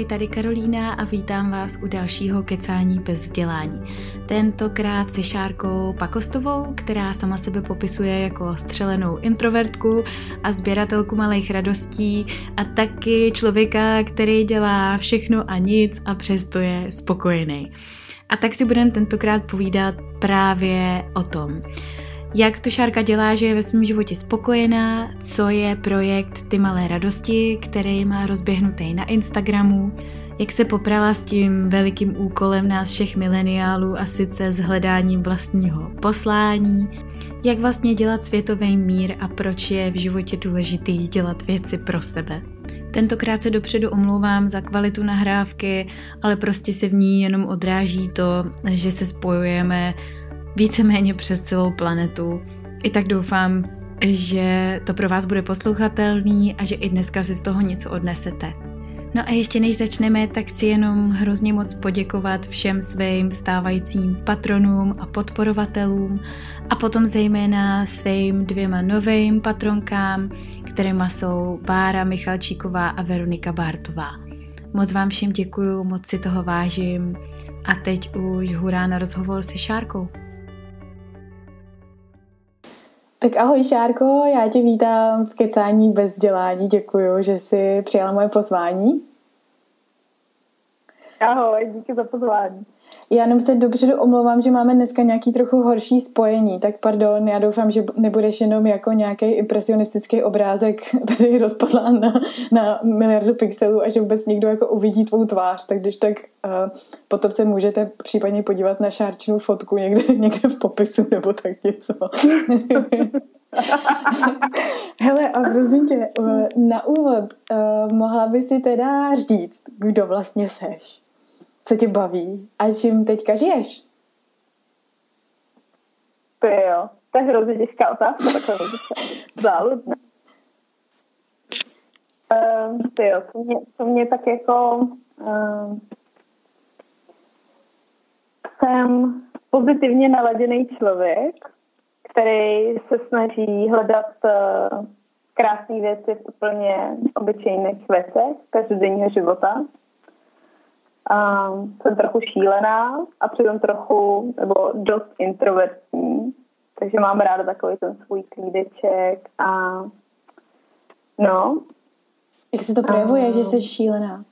tady Karolína a vítám vás u dalšího kecání bez vzdělání. Tentokrát se Šárkou Pakostovou, která sama sebe popisuje jako střelenou introvertku a sběratelku malých radostí a taky člověka, který dělá všechno a nic a přesto je spokojený. A tak si budeme tentokrát povídat právě o tom, jak to Šárka dělá, že je ve svém životě spokojená, co je projekt Ty malé radosti, který má rozběhnutý na Instagramu, jak se poprala s tím velikým úkolem nás všech mileniálů a sice s hledáním vlastního poslání, jak vlastně dělat světový mír a proč je v životě důležitý dělat věci pro sebe. Tentokrát se dopředu omlouvám za kvalitu nahrávky, ale prostě se v ní jenom odráží to, že se spojujeme víceméně přes celou planetu. I tak doufám, že to pro vás bude poslouchatelný a že i dneska si z toho něco odnesete. No a ještě než začneme, tak chci jenom hrozně moc poděkovat všem svým stávajícím patronům a podporovatelům a potom zejména svým 2 novým patronkám, kterýma jsou Bára Michalčíková a Veronika Bártová. Moc vám všem děkuju, moc si toho vážím a teď už hurá na rozhovor se Šárkou. Tak ahoj Šárko, já tě vítám v kecání bez vzdělání. Děkuju, že jsi přijala moje pozvání. Ahoj, díky za pozvání. Já jenom se dopředu omlouvám, že máme dneska nějaký trochu horší spojení, tak pardon, já doufám, že nebudeš jenom jako nějaký impresionistický obrázek tady rozpadlán na miliardu pixelů a že vůbec někdo jako uvidí tvou tvář, tak když tak potom se můžete případně podívat na Šárčinu fotku někde v popisu nebo tak něco. Hele, a prosím tě, na úvod mohla by si teda říct, kdo vlastně seš? Co tě baví a čím teďka žiješ? To jo, to je hrozně těžká otázka, takhle záludné. To jo, to mě tak jako jsem pozitivně naladěný člověk, který se snaží hledat krásné věci v úplně obyčejných věcech každodenního života. Jsem trochu šílená a přitom trochu, nebo dost introvertní, takže mám ráda takový ten svůj klídeček a no. Jak se to projevuje, že jsi šílená?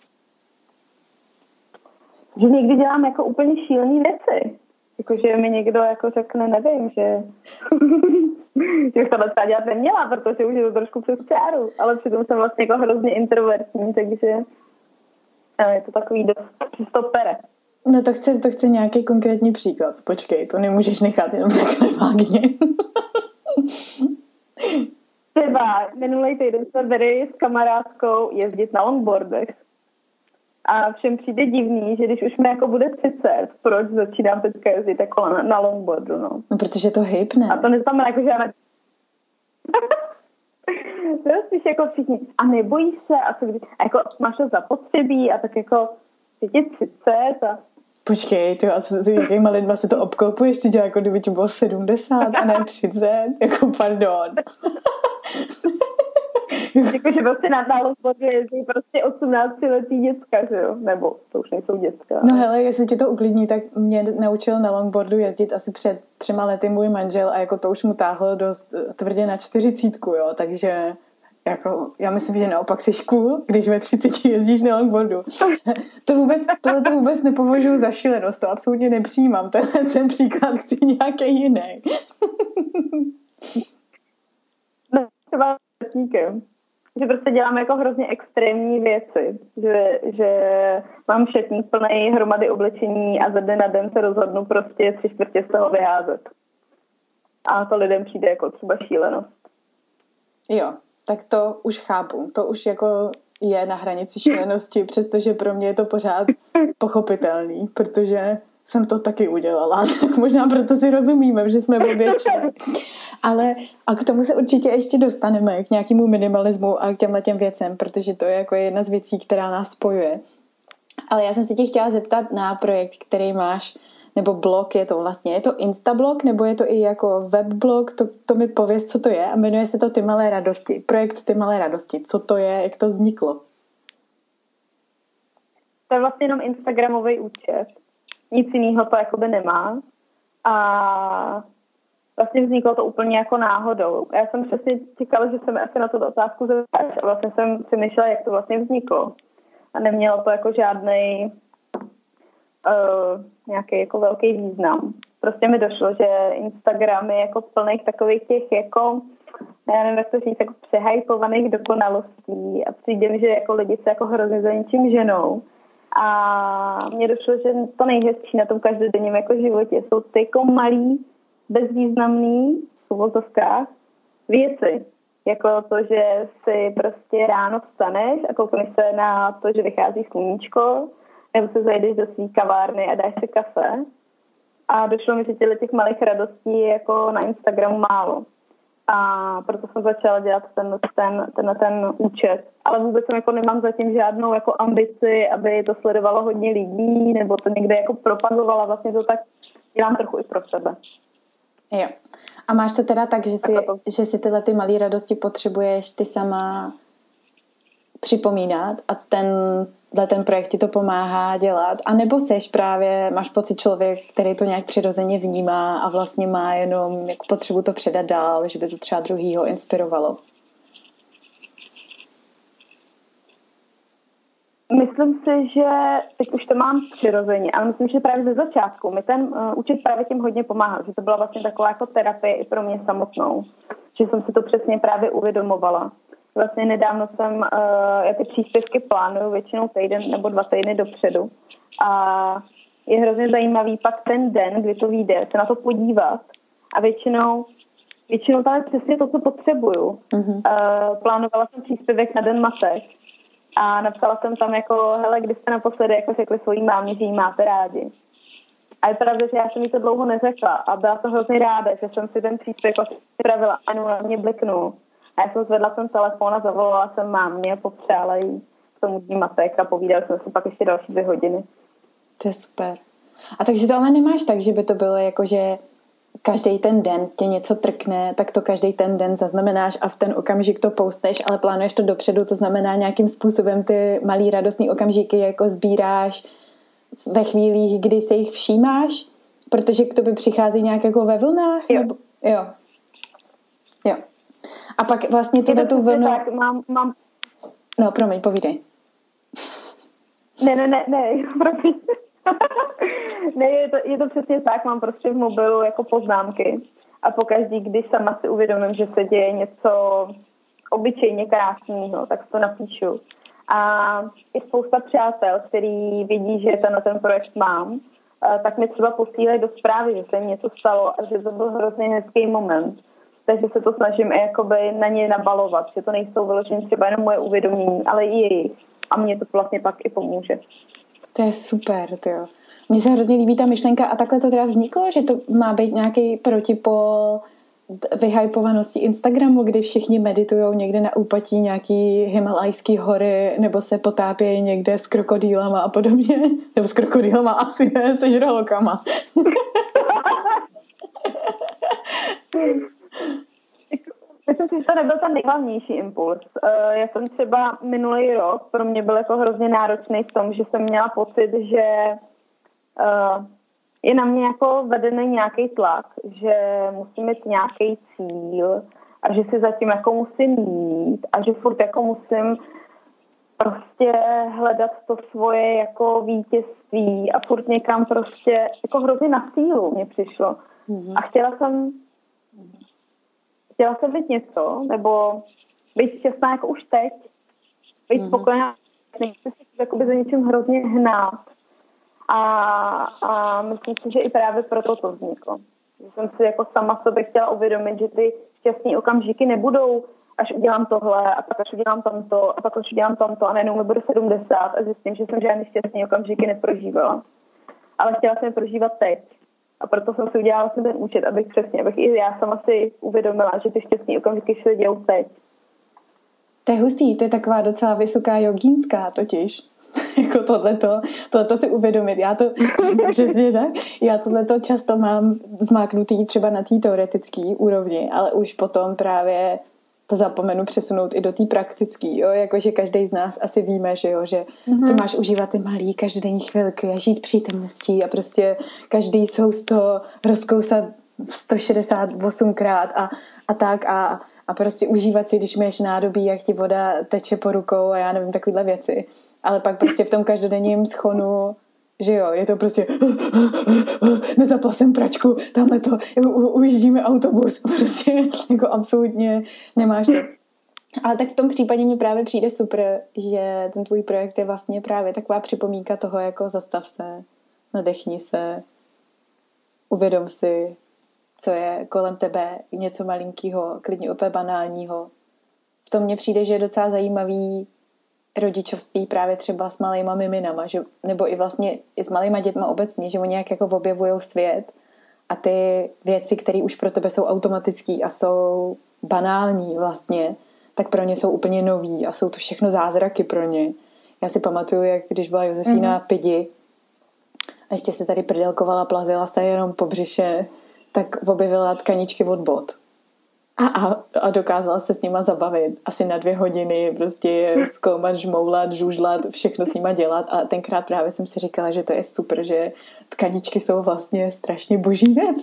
Že někdy dělám jako úplně šílený věci. Jakože mi někdo jako řekne, nevím, že že bych tohle třeba dělat neměla, protože už je to trošku přes čáru, ale přitom jsem vlastně jako hrozně introvertní, takže je to takový dost přistopere. No to chce nějaký konkrétní příklad. Počkej, to nemůžeš nechat jenom takhle vágně. Třeba minulý týden jsme byli s kamarádkou jezdit na longboardech. A všem přijde divný, že když už mi jako bude 30, proč začínám teďka jezdit jako na longboardu, no. No, protože to hejpne. A to neznamená jako, že já to je spíš jako všichni. A nebojíš se? A, a jako máš to zapotřebí a tak jako je 30 a... Počkej, ty, a s jakýma lidma se to obklopuje? Ještě dělá, jako kdyby ti bylo 70 a ne 30? Jako pardon. Jakože prostě na longboardu jezdí prostě 18letý děcka, že jo? Nebo to už nejsou děcka. No hele, jestli tě to uklidní, tak mě naučil na longboardu jezdit asi před 3 lety můj manžel a jako to už mu táhlo dost tvrdě na 40, jo? Takže jako, já myslím, že naopak jsi cool, když ve 30 jezdíš na longboardu. Tohle vůbec nepovažuji za šílenost, to absolutně nepřijímám. Ten příklad chci nějaký jiný. No, třeba že prostě dělám jako hrozně extrémní věci, že mám šatník plný hromady oblečení a ze dne na den se rozhodnu prostě 3/4 z toho vyházet. A to lidem přijde jako třeba šílenost. Jo, tak to už chápu. To už jako je na hranici šílenosti, přestože pro mě je to pořád pochopitelný, protože jsem to taky udělala. Tak možná proto si rozumíme, že jsme většině. Ale a k tomu se určitě ještě dostaneme, k nějakému minimalismu a k těm věcem, protože to je jako jedna z věcí, která nás spojuje. Ale já jsem se tě chtěla zeptat na projekt, který máš, nebo blog je to vlastně. Je to Instablog, nebo je to i jako webblog? To mi pověz, co to je. A jmenuje se to Ty malé radosti. Projekt Ty malé radosti. Co to je, jak to vzniklo? To je vlastně jenom Instagramový účet. Nic jiného to jakoby nemá. A vlastně vzniklo to úplně jako náhodou. Já jsem přesně čekala, že se mi asi na tu otázku zeptáš a vlastně jsem si myslela, jak to vlastně vzniklo. A nemělo to jako žádnej nějaký jako velký význam. Prostě mi došlo, že Instagram je jako plný takových těch jako, já nevím, jak to říct, jako přehypovaných dokonalostí a přijde mi, že jako lidi se jako hrozně za něčím ženou. A mně došlo, že to nejhezčí na tom každodenním jako životě jsou ty jako malý, bezvýznamný v uvozovkách věci. Jako to, že si prostě ráno vstaneš a koukneš se na to, že vychází sluníčko, nebo se zajdeš do svý kavárny a dáš si kafe. A došlo mi, že těch malých radostí je jako na Instagramu málo. A proto jsem začala dělat ten účet. Ale vůbec jsem jako nemám zatím žádnou jako ambici, aby to sledovalo hodně lidí, nebo to někde jako propagovala. Vlastně to tak dělám trochu i pro sebe. Jo. A máš to teda tak, že si tyhle ty malé radosti potřebuješ ty sama připomínat a ten projekt ti to pomáhá dělat? A nebo seš právě, máš pocit člověk, který to nějak přirozeně vnímá a vlastně má jenom jako potřebu to předat dál, že by to třeba druhýho inspirovalo? Myslím si, že teď už to mám přirozeně, ale myslím, že právě ze začátku mi ten účet právě tím hodně pomáhal, že to byla vlastně taková jako terapie i pro mě samotnou, že jsem si to přesně právě uvědomovala. Vlastně nedávno já ty příspěvky plánuju většinou týden nebo 2 týdny dopředu a je hrozně zajímavý pak ten den, kdy to vyjde, se na to podívat a většinou tam je přesně to, co potřebuju. Mm-hmm. Plánovala jsem příspěvek na Den matek a napsala jsem tam jako, hele, kdy jste naposledy jako řekli svojí mámě, že jí máte rádi. A je pravda, že já jsem jí to dlouho neřekla a byla to hrozně ráda, že jsem si ten příspěvek připravila a na mě bliknul. A já jsem zvedla ten telefon a zavolala jsem mámě a popřála jí k tomu Dní matek a povídali jsme si pak ještě další 2 hodiny. To je super. A takže to ale nemáš tak, že by to bylo jako, že každý ten den tě něco trkne, tak to každý ten den zaznamenáš a v ten okamžik to postneš, ale plánuješ to dopředu, to znamená nějakým způsobem ty malý radostný okamžiky jako sbíráš ve chvílích, kdy se jich všímáš, protože k tobě přichází nějak jako ve vlnách? Jo. Nebo... Jo. A pak vlastně tu vlnu... Tak, mám... No, promiň, povídej. Ne, promiň. Ne, je to přesně tak, mám prostě v mobilu jako poznámky a pokaždý, když sama si uvědomím, že se děje něco obyčejně krásného, tak to napíšu. A je spousta přátel, který vidí, že ten projekt mám, tak mi třeba posílají do zprávy, že se jim něco stalo a že to byl hrozně hezký moment. Takže se to snažím i jakoby na ně nabalovat, že to nejsou vyloženě třeba jenom moje uvědomění, ale i jejich. A mně to vlastně pak i pomůže. To je super, tyjo. Mně se hrozně líbí ta myšlenka a takhle to teda vzniklo, že to má být nějaký protipol vyhypovanosti Instagramu, kdy všichni meditujou někde na úpatí nějaký himalajský hory nebo se potápějí někde s krokodýlama a podobně. Nebo s krokodýlama asi ne, se žralokama. Myslím si, že to nebyl ten nejhlavnější impuls. Já jsem třeba minulý rok, pro mě byl jako hrozně náročný v tom, že jsem měla pocit, že je na mě jako vedený nějaký tlak, že musím mít nějaký cíl a že si zatím jako musím jít a že furt jako musím prostě hledat to svoje jako vítězství a furt někam prostě jako hrozně na sílu mě přišlo. Mm-hmm. A chtěla jsem být něco, nebo být šťastná jako už teď, být spokojená, nechci si jakoby za něčím hrozně hnát. A myslím si, že i právě proto to vzniklo. Že jsem si jako sama sobě chtěla uvědomit, že ty šťastný okamžiky nebudou, až udělám tohle, a pak až udělám tamto, a pak až udělám tamto, a najednou mi bude 70 a zjistím, že jsem žádný šťastný okamžiky neprožívala. Ale chtěla jsem je prožívat teď. A proto jsem si udělala ten účet, abych i já sama si uvědomila, že ty šťastný okamžiky se dějou teď. To je hustý, to je taková docela vysoká jogínská totiž. Jako tohleto si uvědomit. Já to přesně tak. Já tohleto často mám zmáknutý třeba na té teoretické úrovni, ale už potom právě to zapomenu přesunout i do té praktický, jo, jakože každý z nás asi víme, že jo, že si máš užívat ty malý každodenní chvilky a žít přítomností a prostě každý sousto rozkousat 168krát a tak a prostě užívat si, když máš nádobí, jak ti voda teče po rukou a já nevím, takovýhle věci. Ale pak prostě v tom každodenním schonu, že jo, je to prostě nezapal jsem pračku, tamhle to, ujíždíme autobus, prostě jako absolutně nemáš to. Ale tak v tom případě mi právě přijde super, že ten tvůj projekt je vlastně právě taková připomínka toho, jako zastav se, nadechni se, uvědom si, co je kolem tebe, něco malinkýho, klidně úplně banálního. V tom mně přijde, že je docela zajímavý rodičovství právě třeba s malejma miminama, že, nebo i vlastně i s malejma dětma obecně, že oni nějak jako objevujou svět a ty věci, které už pro tebe jsou automatický a jsou banální vlastně, tak pro ně jsou úplně nový a jsou to všechno zázraky pro ně. Já si pamatuju, jak když byla Josefína pidi a ještě se tady prdelkovala, plazila se jenom po břiše, tak objevila tkaničky od bot. A dokázala se s nima zabavit asi na 2 hodiny, prostě zkoumat, žmoulat, žužlat, všechno s nima dělat a tenkrát právě jsem si říkala, že to je super, že tkaničky jsou vlastně strašně boží věc.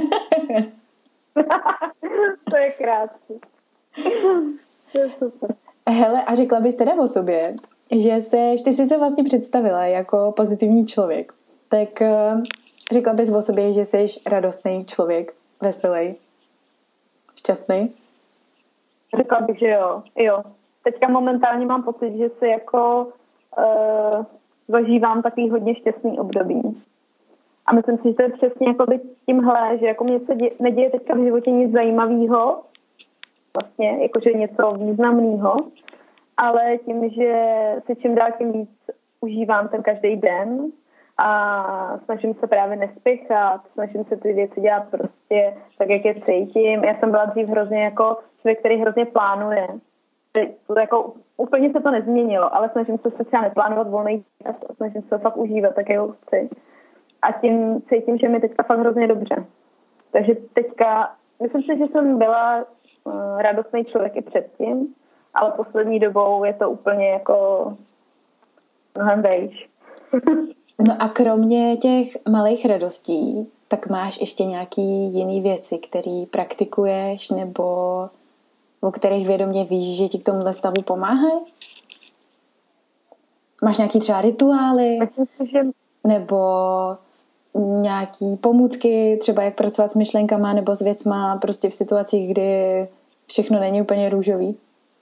To je krásný. To je super. Hele, a řekla bys teda o sobě, že ty jsi se vlastně představila jako pozitivní člověk, tak řekla bys o sobě, že jsi radostný člověk, veselý, šťastný? Řekla bych, že jo. Teďka momentálně mám pocit, že si jako zažívám takový hodně šťastný období. A myslím si, že to je přesně jako tímhle, že jako mě se neděje teďka v životě nic zajímavého, vlastně, jakože něco významného, ale tím, že si čím dál tím víc užívám ten každý den a snažím se právě nespěchat, snažím se ty věci dělat prostě tak, jak je cítím. Já jsem byla dřív hrozně jako člověk, který hrozně plánuje. To jako, úplně se to nezměnilo, ale snažím se třeba neplánovat volný čas, snažím se fakt užívat, tak jak ho chci. A tím cítím, že mi teďka fakt hrozně dobře. Takže teďka, myslím si, že jsem byla radostný člověk i předtím, ale poslední dobou je to úplně jako mnohem vejš. No a kromě těch malých radostí, tak máš ještě nějaký jiný věci, které praktikuješ nebo o kterých vědomě víš, že ti k tomuhle stavu pomáhají? Máš nějaký třeba rituály? Myslím si, že... Nebo nějaký pomůcky, třeba jak pracovat s myšlenkama nebo s věcma, prostě v situacích, kdy všechno není úplně růžový?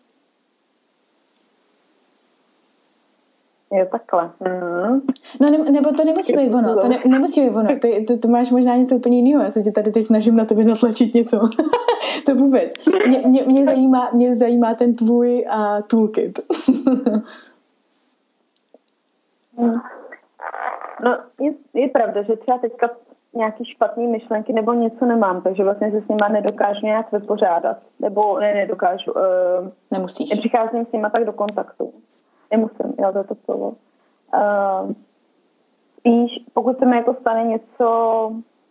Jo, takhle. No nebo to nemusí být ono. To nemusí být ono. To máš možná něco úplně jiného. Já se tě tady teď snažím na tebe natlačit něco. To vůbec. Mě zajímá ten tvůj toolkit. No, je pravda, že třeba teďka nějaký špatný myšlenky nebo něco nemám, takže vlastně se s nima nedokážu nějak vypořádat. Nebo nedokážu. Nemusíš. Nepřicházím s nima tak do kontaktu. Nemusím, jo, to je to slovo. Spíš, pokud se mi jako stane něco,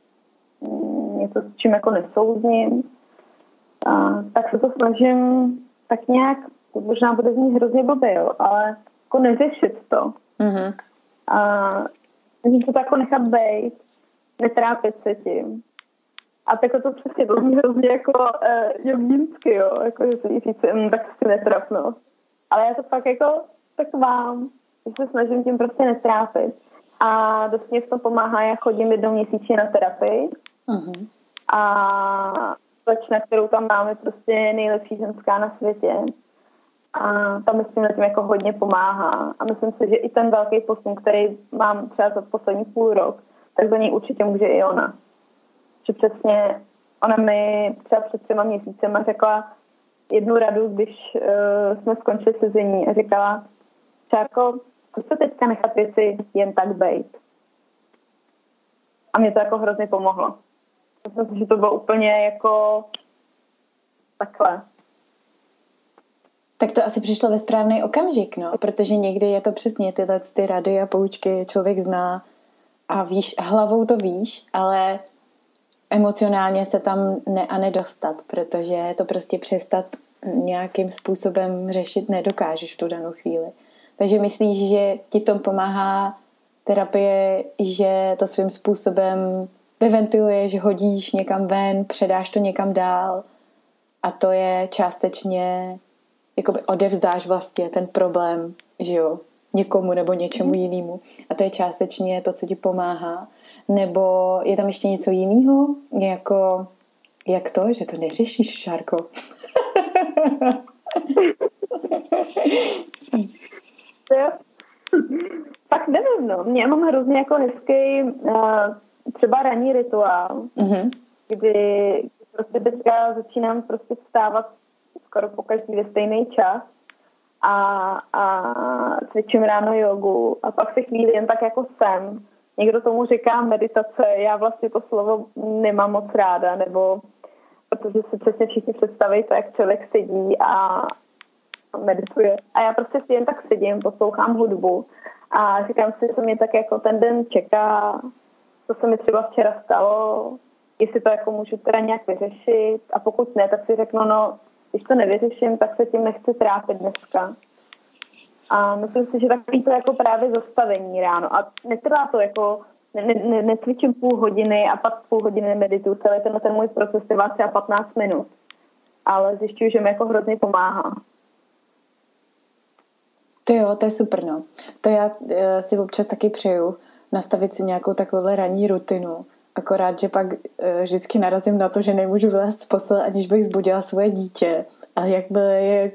s čím jako nesouzním, tak se to snažím tak nějak, to možná bude znít hrozně blbě, jo, ale jako neřešit to. Mm-hmm. Můžu to jako nechat bejt, netrápit se tím. A tak to přesně to mě hrozně jako jogínsky, jo, jako že si říct, tak si netrapno. Ale já to fakt jako tak vám, že se snažím tím prostě netrápit. A dost mě v tom pomáhá, já chodím 1 měsíčně na terapii. Uh-huh. A slečna, kterou tam máme, prostě nejlepší ženská na světě. A tam mi s tím jako hodně pomáhá. A myslím si, že i ten velký posun, který mám třeba za poslední půl rok, tak za něj určitě může i ona. Že přesně ona mi třeba před 3 měsícema řekla jednu radu, když jsme skončili sezení a říkala, Čárko, zkus se teďka nechat věci jen tak bejt. A mě to jako hrozně pomohlo. Myslím si, že to bylo úplně jako takhle. Tak to asi přišlo ve správný okamžik, no, protože někdy je to přesně tyhle ty rady a poučky člověk zná a víš, hlavou to víš, ale emocionálně se tam nedostat, protože to prostě přestat nějakým způsobem řešit nedokážeš v tu danou chvíli. Takže myslíš, že ti v tom pomáhá terapie, že to svým způsobem vyventiluješ, hodíš někam ven, předáš to někam dál a to je částečně jakoby odevzdáš vlastně ten problém, že jo, někomu nebo něčemu jinému. A to je částečně to, co ti pomáhá. Nebo je tam ještě něco jiného? Jako, jak to, že to neřešíš, Šárko? Tak nevím, no. Já mám hrozně jako hezký třeba ranní rituál, kdy prostě teďka začínám prostě vstávat skoro pokaždý ve stejný čas a cvičím ráno jogu a pak se chvíli jen tak jako jsem. Někdo tomu říká meditace, já vlastně to slovo nemám moc ráda, nebo protože si přesně všichni představí to, jak člověk sedí a medituje. A já prostě si jen tak sedím, poslouchám hudbu a říkám si, co mě tak jako ten den čeká, co se mi třeba včera stalo, jestli to jako můžu teda nějak vyřešit a pokud ne, tak si řeknu, no, když to nevyřeším, tak se tím nechci trápit dneska. A myslím si, že takový to jako právě zastavení ráno. A netrvá to jako, necvičím půl hodiny a pak půl hodiny medituju. Celý ten můj proces trvá třeba 15 minut. Ale zjišťuju, že mi jako hrozně pomáhá. To jo, to je super, no. To já si občas taky přeju nastavit si nějakou takovou ranní rutinu. Akorát, že pak vždycky narazím na to, že nemůžu vylézt z postele, aniž bych zbudila svoje dítě. A jakmile je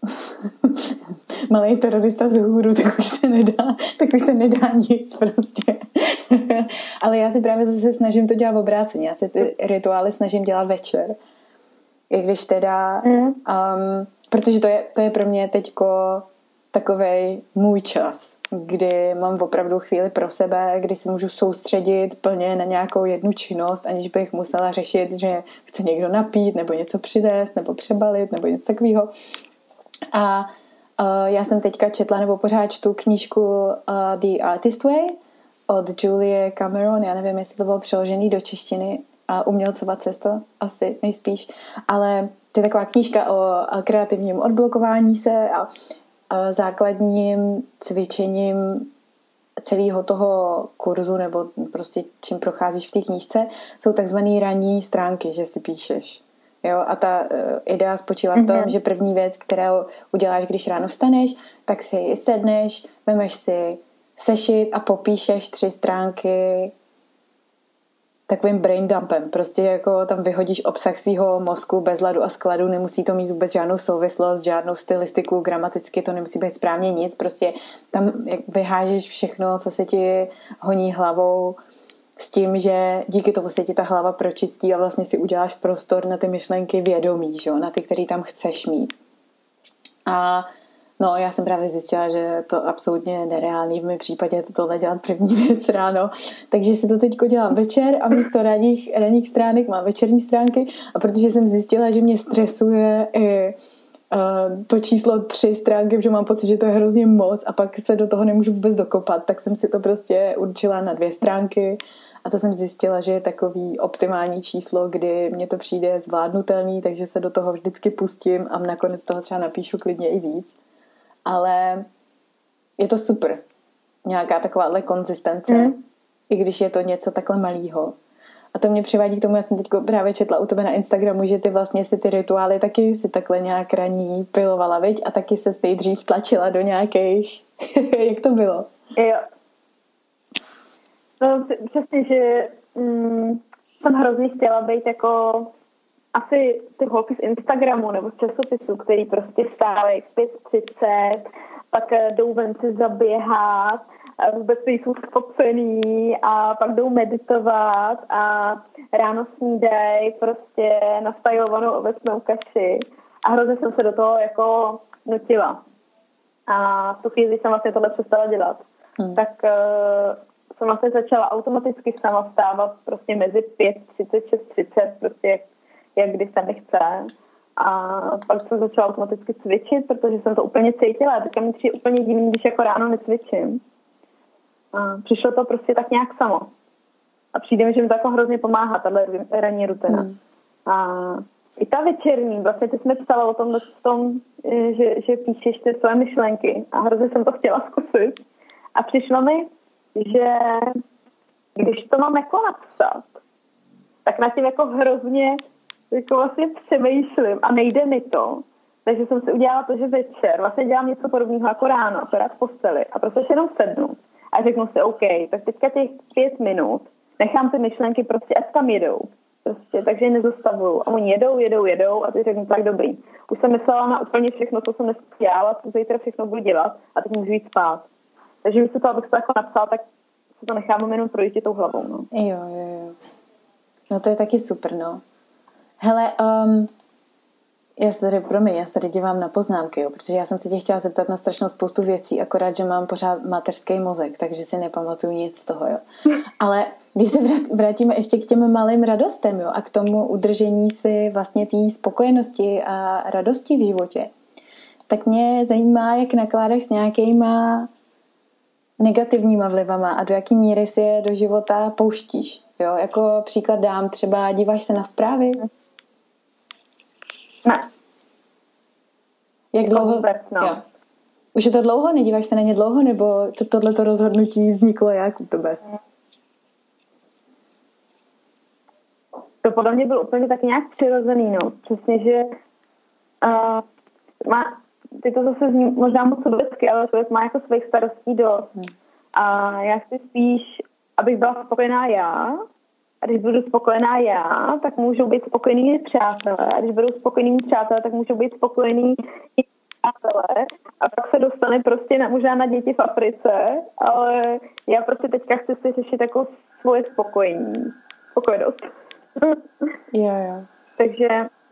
malý terorista z hůru, tak už se nedá nic prostě. Ale já si právě zase snažím to dělat obráceně. Já si ty rituály snažím dělat večer. I když teda protože to je pro mě teďko takovej můj čas, kdy mám opravdu chvíli pro sebe, kdy se můžu soustředit plně na nějakou jednu činnost, aniž bych musela řešit, že chce někdo napít, nebo něco přinést, nebo přebalit, nebo něco takového. A já jsem teďka četla, nebo pořád čtu knížku The Artist Way od Julie Cameron, já nevím, jestli to bylo přeložený do češtiny, a Umělcova cesta, asi nejspíš, ale to je taková knížka o kreativním odblokování se a základním cvičením celého toho kurzu nebo prostě čím procházíš v té knížce jsou takzvané ranní stránky, že si píšeš. Jo? A ta idea spočívá v tom, že první věc, kterou uděláš, když ráno vstaneš, tak si sedneš, vemeš si sešit a popíšeš 3 stránky takovým brain dumpem. Prostě jako tam vyhodíš obsah svého mozku bez ladu a skladu, nemusí to mít vůbec žádnou souvislost, žádnou stylistiku, gramaticky to nemusí být správně nic, prostě tam vyhážeš všechno, co se ti honí hlavou s tím, že díky tomu se ti ta hlava pročistí a vlastně si uděláš prostor na ty myšlenky vědomí, že? Na ty, který tam chceš mít. A no, já jsem právě zjistila, že to absolutně nereálný v mém případě tohle dělat první věc ráno. Takže si to teďko dělám večer a místo ranních stránek mám večerní stránky. A protože jsem zjistila, že mě stresuje i to číslo 3 stránky, protože mám pocit, že to je hrozně moc a pak se do toho nemůžu vůbec dokopat, tak jsem si to prostě určila na 2 stránky. A to jsem zjistila, že je takový optimální číslo, kdy mně to přijde zvládnutelný, takže se do toho vždycky pustím a nakonec toho třeba napíšu klidně i víc. Ale je to super. Nějaká takováhle konzistence, i když je to něco takhle malýho. A to mě přivádí k tomu, já jsem teď právě četla u tebe na Instagramu, že ty vlastně si ty rituály taky si takhle nějak raní pilovala, viď? A taky se nejdřív tlačila do nějakých... Jak to bylo? Jo. No přesně, že jsem hrozně chtěla být jako asi ty holky z Instagramu nebo z časopisu, který prostě stávají 5:30, pak jdou ven si zaběhat, vůbec jsou spocený a pak jdou meditovat a ráno snídají prostě nastajlovanou ovesnou kaši a hrozně jsem se do toho jako nutila. A v tu chvíli jsem vlastně tohle přestala dělat. Tak jsem vlastně začala automaticky sama vstávat prostě mezi 5:30, 6:30, prostě jak kdy se mi chce. A pak jsem začala automaticky cvičit, protože jsem to úplně cítila. Teďka mi přijde úplně divný, když jako ráno necvičím. A přišlo to prostě tak nějak samo. A přijde mi, že mi to jako hrozně pomáhá, tahle ranní rutina. A i ta večerní, vlastně ty jsme psala o tom, že píšeš ty své myšlenky a hrozně jsem to chtěla zkusit. A přišlo mi, že když to mám jako napsat, tak na tím jako hrozně jako vlastně přemýšlím a nejde mi to. Takže jsem si udělala to, že večer vlastně dělám něco podobného jako ráno, akorát v posteli a prostě si jenom sednu a řeknu si, OK, tak teďka těch 5 minut nechám ty myšlenky prostě, ať tam jedou. Prostě, takže je nezastavuju. A oni jedou a ty řeknu, tak dobrý. Už jsem myslela na úplně všechno, co jsem dneska dělala, co zítra všechno budu dělat a teď můžu jít spát. Takže místo toho, abych to jako napsala, tak si to nechám jenom projít tou hlavou. No. Jo. No to je taky super, no. Hele, já se tady dívám na poznámky, jo, protože já jsem se tě chtěla zeptat na strašnou spoustu věcí, akorát, že mám pořád mateřský mozek, takže si nepamatuju nic z toho, jo. Ale když se vrátíme ještě k těm malým radostem, jo, a k tomu udržení si vlastně té spokojenosti a radosti v životě, tak mě zajímá, jak nakládáš s nějakýma negativníma vlivama a do jaký míry si je do života pouštíš. Jo? Jako příklad dám, třeba díváš se na zprávy? Ne. Jak dlouho? Vůbec, no. Jo. Už je to dlouho? Nedíváš se na ně dlouho? Nebo tohleto rozhodnutí vzniklo jak u tebe? To podle mě bylo úplně tak nějak přirozený, no. Přesně, že ty to zase zní možná moc sobecky, ale člověk má jako svých starostí dost. A já chci spíš, abych byla spokojená já. A když budu spokojená já, tak můžou být spokojení přátelé. A když budou spokojení přátelé, tak můžou být spokojení i přátelé. A pak se dostane prostě možná na děti v Africe. Ale já prostě teďka chci si řešit jako svoje spokojenost. Jo. Takže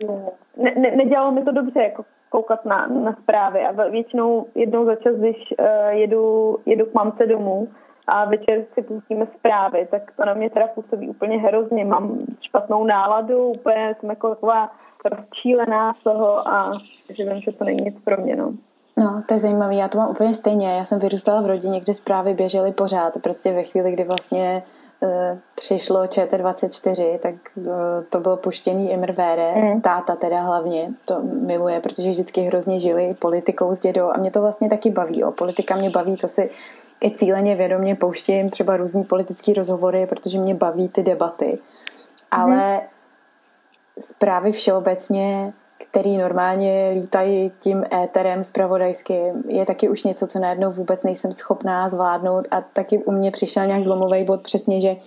nedělalo mi to dobře, jako koukat na zprávy a většinou jednou za čas, když jedu k mamce domů a večer si pustíme zprávy, tak to na mě teda působí úplně hrozně. Mám špatnou náladu, úplně jsem jako taková rozčílená z toho a že vím, že to není nic pro mě, no. No, to je zajímavé, já to mám úplně stejně. Já jsem vyrůstala v rodině, kde zprávy běžely pořád. Prostě ve chvíli, kdy vlastně přišlo ČT24, tak to bylo puštěný Imrvére, táta teda hlavně, to miluje, protože vždycky hrozně žili politikou s dědou a mě to vlastně taky baví, jo. Politika mě baví, to si i cíleně vědomě pouštím, třeba různý politický rozhovory, protože mě baví ty debaty. Ale zprávy všeobecně, který normálně lítají tím éterem zpravodajským, je taky už něco, co najednou vůbec nejsem schopná zvládnout a taky u mě přišel nějak zlomový bod přesně, že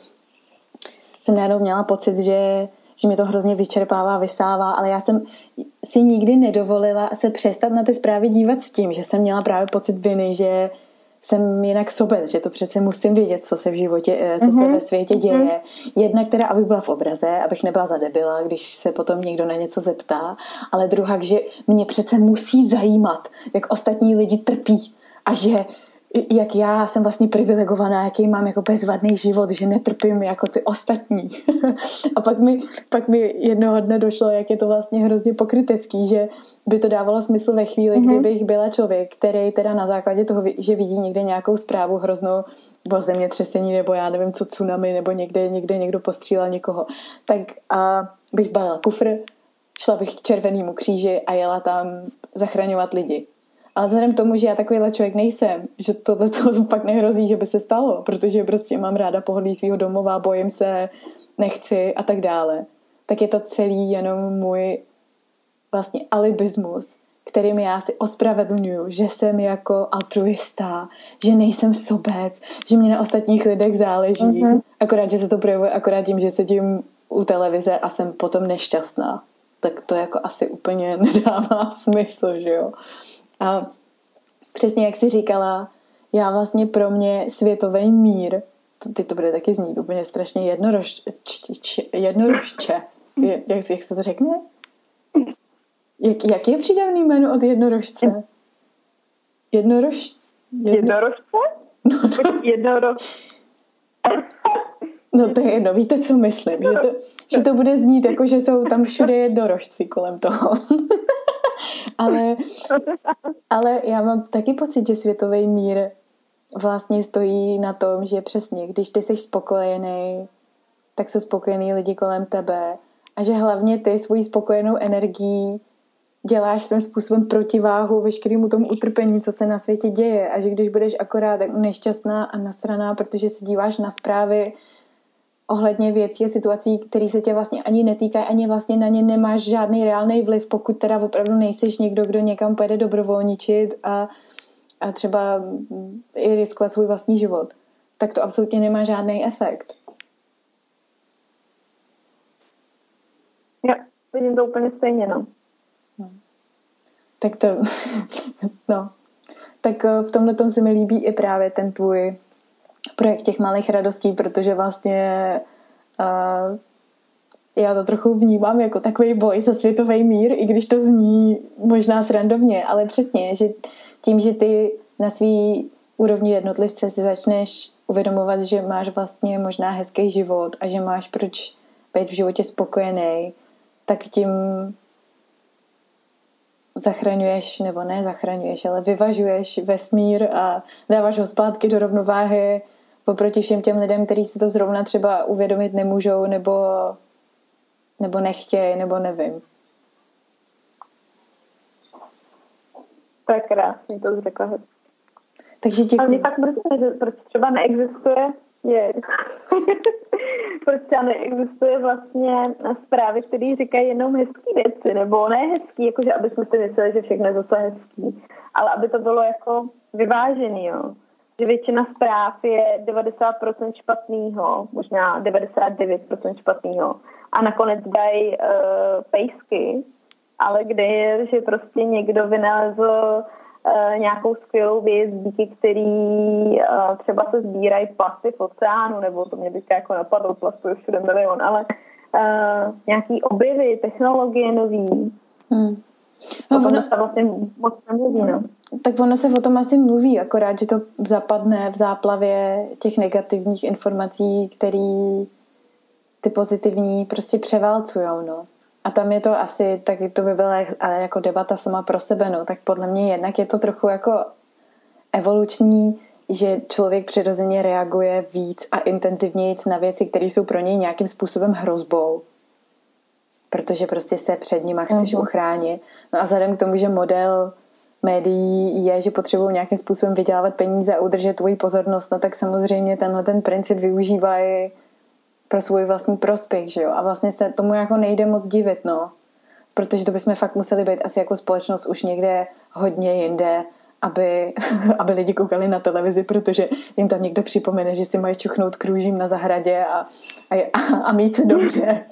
jsem najednou měla pocit, že mě to hrozně vyčerpává, vysává, ale já jsem si nikdy nedovolila se přestat na ty zprávy dívat s tím, že jsem měla právě pocit viny, že jsem jinak sobec, že to přece musím vědět, co se v životě, co se ve světě děje. Jednak teda, abych byla v obraze, abych nebyla zadebila, když se potom někdo na něco zeptá, ale druhá, že mě přece musí zajímat, jak ostatní lidi trpí a že jak já jsem vlastně privilegovaná, jaký mám jako bezvadný život, že netrpím jako ty ostatní. A pak mi jednoho dne došlo, jak je to vlastně hrozně pokrytecký, že by to dávalo smysl ve chvíli, kdybych byla člověk, který teda na základě toho, že vidí někde nějakou zprávu hroznou, nebo zemětřesení, nebo já nevím co, tsunami, nebo někde někdo postřílel někoho, tak bych zbalila kufr, šla bych k Červenému kříži a jela tam zachraňovat lidi. Ale vzhledem k tomu, že já takovýhle člověk nejsem, že tohle pak nehrozí, že by se stalo, protože prostě mám ráda pohodlí svýho domova, bojím se, nechci a tak dále, tak je to celý jenom můj vlastně alibismus, kterým já si ospravedlňuju, že jsem jako altruista, že nejsem sobec, že mě na ostatních lidech záleží, akorát, že se to projevuje akorát tím, že sedím u televize a jsem potom nešťastná. Tak to jako asi úplně nedává smysl, že jo. A přesně jak jsi říkala, já vlastně pro mě světový mír, teď to bude taky znít úplně strašně jednorožče. Jak se to řekne? Jak je přídavný jméno od jednorožce? Jednorožce? No to je jedno, víte, co myslím? Že to bude znít jako, že jsou tam všude jednorožci kolem toho. Ale já mám taky pocit, že světový mír vlastně stojí na tom, že přesně, když ty jsi spokojený, tak jsou spokojení lidi kolem tebe a že hlavně ty svojí spokojenou energií děláš svým způsobem protiváhu veškerému tomu utrpení, co se na světě děje, a že když budeš akorát nešťastná a nasraná, protože se díváš na zprávy ohledně věcí a situací, které se tě vlastně ani netýkají, ani vlastně na ně nemáš žádný reálný vliv, pokud teda opravdu nejseš někdo, kdo někam pojede dobrovolničit a třeba i riskovat svůj vlastní život, tak to absolutně nemá žádný efekt. Jo, vidím to úplně stejně, no. Tak to, no. Tak v tomhle tom se mi líbí i právě ten tvůj projekt těch malých radostí, protože vlastně já to trochu vnímám jako takový boj za světový mír, i když to zní možná srandovně, ale přesně, že tím, že ty na svý úrovni jednotlivce si začneš uvědomovat, že máš vlastně možná hezký život a že máš proč být v životě spokojený, tak tím zachraňuješ, nebo ne zachraňuješ, ale vyvažuješ vesmír a dáváš ho zpátky do rovnováhy oproti všem těm lidem, kteří si to zrovna třeba uvědomit nemůžou, nebo nechtějí, nebo nevím. To je krásný, to jsi řekla. Takže děkuji. Ale mě tak mrzí, že proč třeba neexistuje proč třeba neexistuje vlastně zprávy, které říkají jenom hezký věci, nebo ne hezký, jakože aby jsme si mysleli, že všechno je zase hezký, ale aby to bylo jako vyvážený, jo. Že většina zpráv je 90% špatného, možná 99% špatného a nakonec dají pejsky, ale kde je, že prostě někdo vynalezl nějakou skvělou věc, díky který třeba se sbírají plasty v oceánu, nebo to mě by jako napadlo, plastu je všude milion, ale nějaký objevy, technologie nový. No, ono se vlastně moc nemluví, no. Tak ono se o tom asi mluví, akorát, že to zapadne v záplavě těch negativních informací, který ty pozitivní prostě převálcujou, no. A tam je to asi, tak to by byla jako debata sama pro sebe, no. Tak podle mě jednak je to trochu jako evoluční, že člověk přirozeně reaguje víc a intenzivněji na věci, které jsou pro něj nějakým způsobem hrozbou. Protože prostě se před nima chceš uchránit. No a vzhledem k tomu, že model médií je, že potřebují nějakým způsobem vydělávat peníze a udržet tvoji pozornost, no tak samozřejmě tenhle ten princip využívají pro svůj vlastní prospěch, že jo? A vlastně se tomu jako nejde moc divit, no. Protože to bychom fakt museli být asi jako společnost už někde hodně jinde, aby lidi koukali na televizi, protože jim tam někdo připomene, že si mají čuchnout k růžím na zahradě a mít se dobře.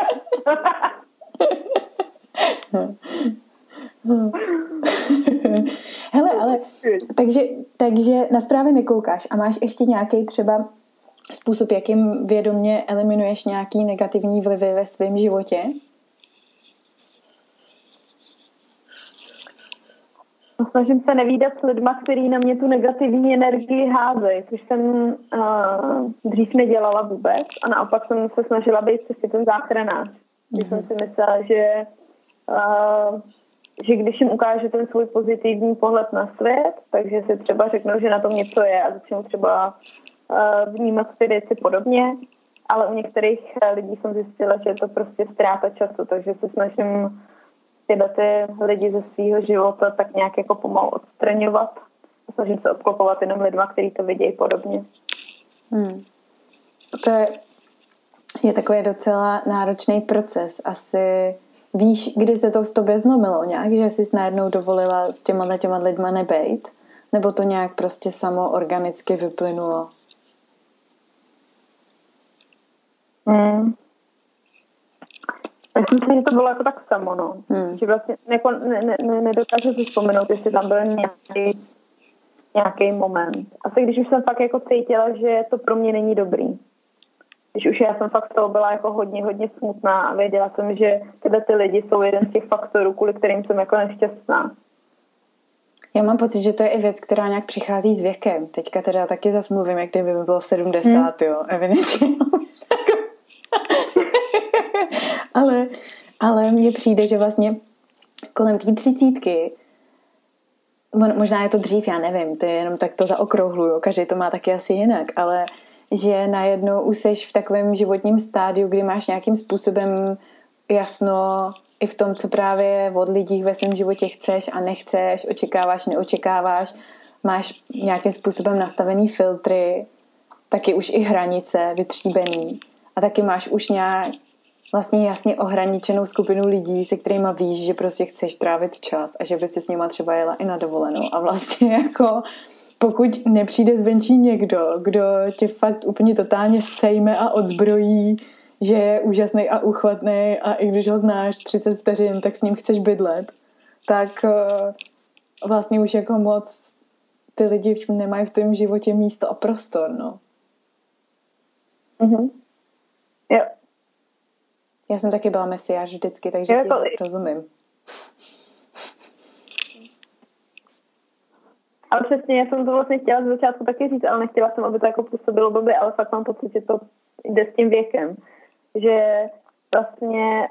Hele, ale takže na zprávy nekoukáš a máš ještě nějaký třeba způsob, jakým vědomě eliminuješ nějaký negativní vlivy ve svém životě? Snažím se nevídat s lidma, který na mě tu negativní energii házejí, což jsem dřív nedělala vůbec a naopak jsem se snažila být si ten záchranář. Když jsem si myslela, že když jim ukáže ten svůj pozitivní pohled na svět, takže si třeba řeknou, že na tom něco je a začnou třeba vnímat ty věci podobně, ale u některých lidí jsem zjistila, že je to prostě ztráta času, takže se snažím tyhle ty lidi ze svého života tak nějak jako pomalu odstraňovat a snažím se obklopovat jenom lidma, kteří to vidějí podobně. To je takový docela náročný proces. Asi víš, kdy se to v tobě zlomilo nějak, že jsi najednou dovolila s těma lidma nebejt? Nebo to nějak prostě samo organicky vyplynulo? Myslím si, že to bylo jako tak samo, no. Že vlastně jako nedokážu si vzpomenout, jestli tam byl nějaký moment. Asi když už jsem fakt jako cítila, že to pro mě není dobrý. Když už já jsem fakt z toho byla jako hodně smutná a věděla jsem, že tyhle ty lidi jsou jeden z těch faktorů, kvůli kterým jsem jako nešťastná. Já mám pocit, že to je i věc, která nějak přichází s věkem. Teďka teda taky zas mluvím, jak kdyby mi bylo 70, jo, evidentně. ale mně přijde, že vlastně kolem té 30, možná je to dřív, já nevím, to je jenom tak to zaokrouhluju, každý to má taky asi jinak, ale že najednou už seš v takovém životním stádiu, kdy máš nějakým způsobem jasno i v tom, co právě od lidí ve svém životě chceš a nechceš, očekáváš, neočekáváš, máš nějakým způsobem nastavený filtry, taky už i hranice vytříbený a taky máš už nějak vlastně jasně ohraničenou skupinu lidí, se kterými víš, že prostě chceš trávit čas a že bys s nima třeba jela i na dovolenou a vlastně jako pokud nepřijde zvenčí někdo, kdo tě fakt úplně totálně sejme a odzbrojí, že je úžasný a uchvatný a i když ho znáš 30 vteřin, tak s ním chceš bydlet, tak vlastně už jako moc ty lidi nemají v tom životě místo a prostor, no. Mhm. Jo. Já jsem taky byla mesiáš vždycky, takže ti rozumím. Ale přesně, já jsem to vlastně chtěla z začátku taky říct, ale nechtěla jsem, aby to jako působilo blbě, ale fakt mám pocit, že to jde s tím věkem. Že vlastně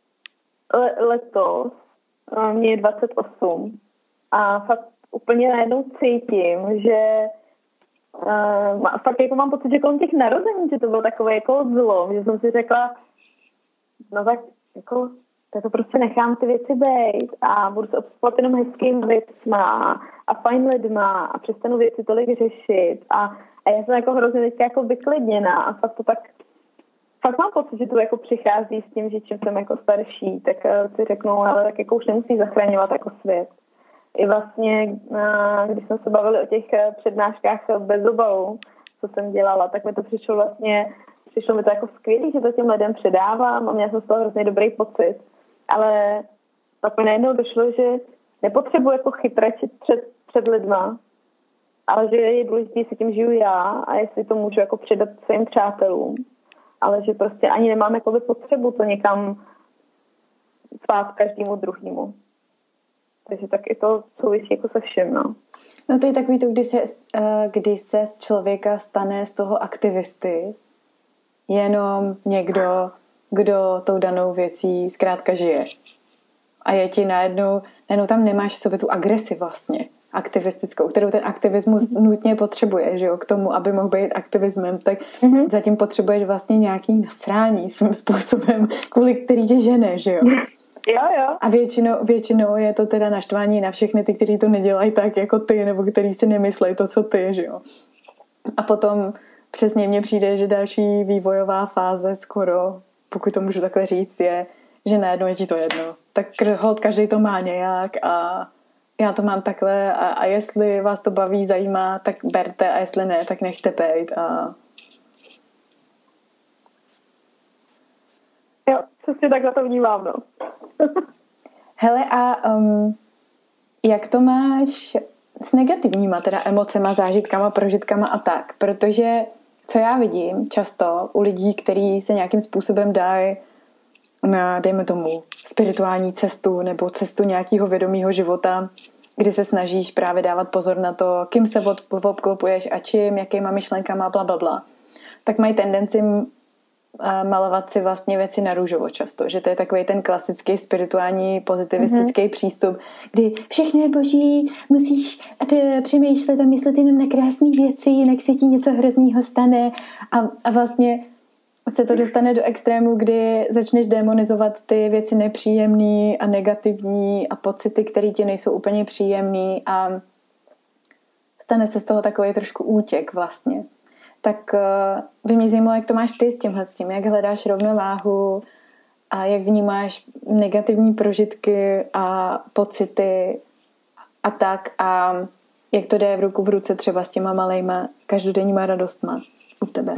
letos mě je 28 a fakt úplně najednou cítím, že fakt jako mám pocit, že kolem těch narození, že to bylo takové jako zlom, že jsem si řekla, no tak jako tak to prostě nechám ty věci být a budu se obsluhovat jenom hezkým věcma a fajn lidma a přestanu věci tolik řešit a já jsem jako hrozně teďka jako vyklidněná a fakt mám pocit, že to jako přichází s tím, že čím jsem jako starší, tak si řeknou, ale tak jako už nemusí zachraňovat jako svět. I vlastně, když jsme se bavili o těch přednáškách bez obalu, co jsem dělala, tak mi to přišlo mi to jako skvělý, že to těm lidem předávám a měla jsem z toho hrozně dobrý pocit. Ale pak mi najednou došlo, že nepotřebuji jako chytračit před lidma, ale že je důležité, jestli tím žiju já a jestli to můžu jako předat svým přátelům. Ale že prostě ani nemám jakoby potřebu to někam spát každému druhému. Takže tak i to souvisí jako se všem, no. No to je takový to, kdy se z člověka stane z toho aktivisty jenom někdo, kdo tou danou věcí zkrátka žije. A je ti najednou tam nemáš v sobě tu agresi vlastně aktivistickou, kterou ten aktivismus nutně potřebuje, že jo, k tomu, aby mohl být aktivismem, tak zatím potřebuješ vlastně nějaký nasrání svým způsobem, kvůli který tě žene, že jo. Jo. A většinou je to teda naštvání na všechny ty, kteří to nedělají tak jako ty, nebo kteří si nemyslejí to, co ty, že jo. A potom přesně mně přijde, že další vývojová fáze skoro, pokud to můžu takhle říct, je, že najednou je ti to jedno. Tak holt každý to má nějak a já to mám takhle a jestli vás to baví, zajímá, tak berte a jestli ne, tak nechte pejt a... Jo, přesně takhle to vnímám, no. Hele, a jak to máš s negativníma teda emocema, zážitkama, prožitkama a tak? Protože, co já vidím často u lidí, kteří se nějakým způsobem dají na, dejme tomu, spirituální cestu nebo cestu nějakého vědomého života, kdy se snažíš právě dávat pozor na to, kým se obklopuješ a čím, jakýma myšlenkama, blablabla, tak mají tendenci malovat si vlastně věci na růžovo často, že to je takový ten klasický spirituální pozitivistický přístup, kdy všechno je boží, musíš přemýšlet a myslet jenom na krásné věci, jinak se ti něco hroznýho stane a vlastně se to dostane do extrému, kdy začneš demonizovat ty věci nepříjemný a negativní a pocity, které ti nejsou úplně příjemný a stane se z toho takový trošku útěk vlastně. Tak by mě zajímalo, jak to máš ty s tím, jak hledáš rovnováhu a jak vnímáš negativní prožitky a pocity a tak a jak to jde v ruku v ruce třeba s těma malejma každodenníma radostma u tebe.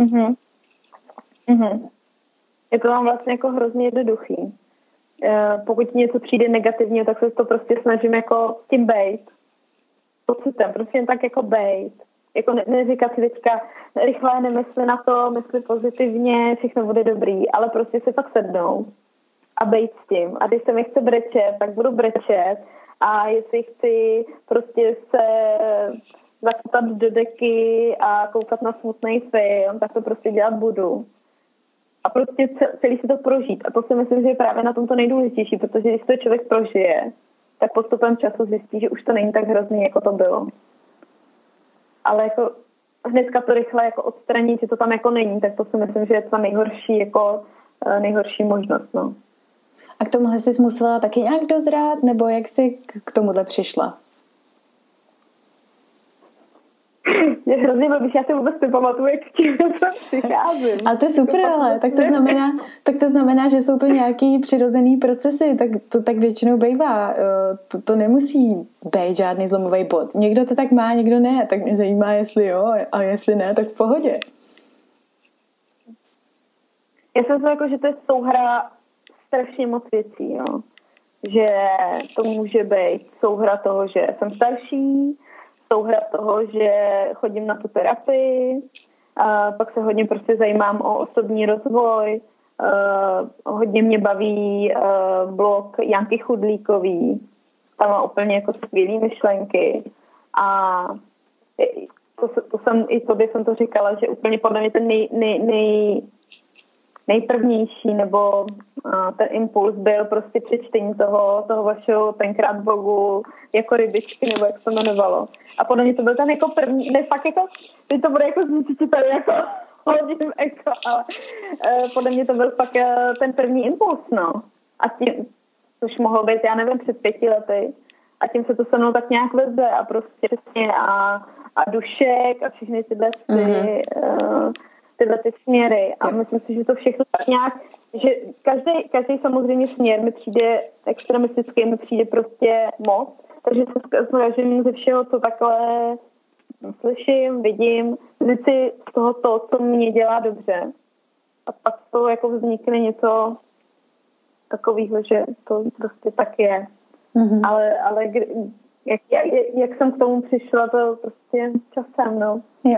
Je to mám vlastně jako hrozně jednoduchý. Pokud něco přijde negativně, tak se to prostě snažím jako tím bejt. Pocitem, prostě jen tak jako bejt. Jako neříkat si teďka rychle, nemysli na to, mysli pozitivně, všechno bude dobrý, ale prostě se fakt sednout a bejt s tím. A když se mi chce brečet, tak budu brečet a jestli chci prostě se zakutat do deky a koukat na smutný film, tak to prostě dělat budu. A prostě celý si to prožít. A to si myslím, že je právě na tom to nejdůležitější, protože když to člověk prožije, tak postupem času zjistí, že už to není tak hrozný, jako to bylo. Ale jako hnedka to rychle jako odstranit, že to tam jako není, tak to si myslím, že je ta nejhorší možnost, no. A k tomuhle jsi musela taky nějak dozrát, nebo jak jsi k tomuhle přišla? Je hrozně blbý, já si vůbec nepamatuju, jak k tím přicházím. Ale to je super, ale tak to znamená, že jsou to nějaký přirozený procesy, tak to tak většinou bývá. To nemusí být žádný zlomový bod. Někdo to tak má, někdo ne, tak mě zajímá, jestli jo, a jestli ne, tak v pohodě. Já jsem si jako, že to je souhra strašně moc věcí, jo. Že to může být souhra toho, že jsem starší, souhra toho, že chodím na tu terapii, a pak se hodně prostě zajímám o osobní rozvoj, hodně mě baví blog Janky Chudlíkový, tam má úplně jako skvělý myšlenky a to jsem, i tobě jsem to říkala, že úplně podle mě ten nejprvnější nebo ten impuls byl prostě přečtení toho vašeho tenkrát blogu jako rybičky, nebo jak se to jmenovalo. A podle mě to byl ten jako první, ne fakt jako, teď to bude jako zničit tady jako hodím jako, ale podle mě to byl fakt ten první impuls, no. A tím, což mohlo být, já nevím, před 5 lety. A tím se to se mnou tak nějak veze a prostě přesně a Dušek a všechny tyhle tyhle ty směry. A myslím si, že to všechno tak nějak, že každý samozřejmě směr mi přijde extremistický, mi přijde prostě moc. Takže se snažím ze všeho, co takhle slyším, vidím, vzít si z toho to, co mě dělá dobře. A pak to jako vznikne něco takového, že to prostě tak je. Mm-hmm. Ale jak jsem k tomu přišla, to prostě časem, no. Jo.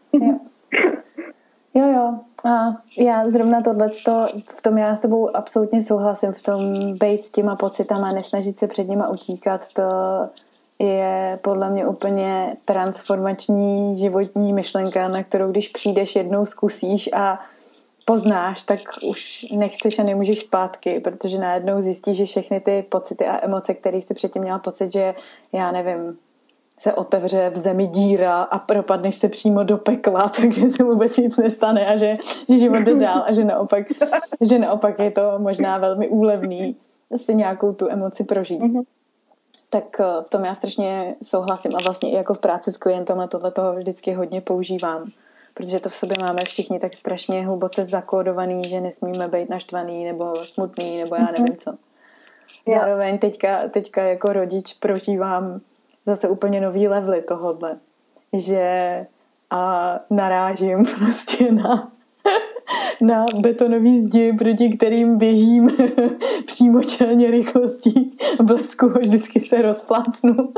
Jo. A já zrovna tohleto, v tom já s tebou absolutně souhlasím, v tom bejt s těma pocitama, nesnažit se před nima utíkat, to je podle mě úplně transformační životní myšlenka, na kterou když přijdeš jednou zkusíš a poznáš, tak už nechceš a nemůžeš zpátky, protože najednou zjistíš, že všechny ty pocity a emoce, které jsi předtím měla pocit, že já nevím, se otevře v zemi díra a propadneš se přímo do pekla, takže se vůbec nic nestane a že život jde dál a že naopak je to možná velmi úlevný si nějakou tu emoci prožít. Mm-hmm. Tak v tom já strašně souhlasím a vlastně i jako v práci s klientama tohle toho vždycky hodně používám, protože to v sobě máme všichni tak strašně hluboce zakódovaný, že nesmíme být naštvaný nebo smutný nebo já nevím co. Zároveň teďka jako rodič prožívám zase úplně nový levely tohodle, že a narážím prostě na betonové zdi, proti kterým běžím přímočelně rychlostí blesku, vždycky se rozplácnu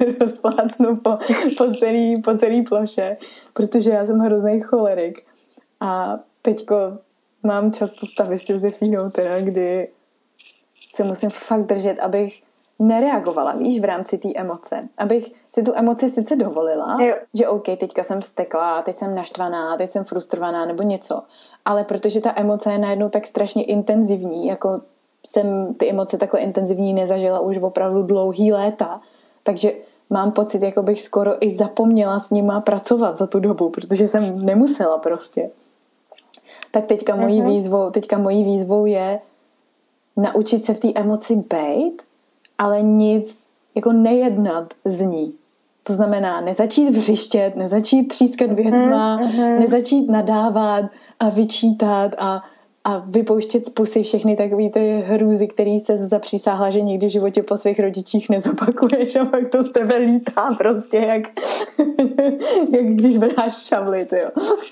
po celý ploše, protože já jsem hrozný cholerik a teďko mám často stavy s Josefínou, teda, kdy se musím fakt držet, abych nereagovala, víš, v rámci té emoce. Abych si tu emoci sice dovolila, že OK, teďka jsem vztekla, teď jsem naštvaná, teď jsem frustrovaná nebo něco, ale protože ta emoce je najednou tak strašně intenzivní, jako jsem ty emoce takhle intenzivní nezažila už opravdu dlouhý léta, takže mám pocit, jako bych skoro i zapomněla s nima pracovat za tu dobu, protože jsem nemusela prostě. Tak teďka mojí výzvou je naučit se v té emoci bejt, ale nic, jako nejednat z ní. To znamená nezačít vřištět, nezačít třískat věcma, nezačít nadávat a vyčítat a vypouštět z pusy všechny takové ty hrůzy, který se zapřísáhla, že nikdy v životě po svých rodičích nezopakuješ a pak to z tebe lítá prostě, jak když bráš šavly, tyjo.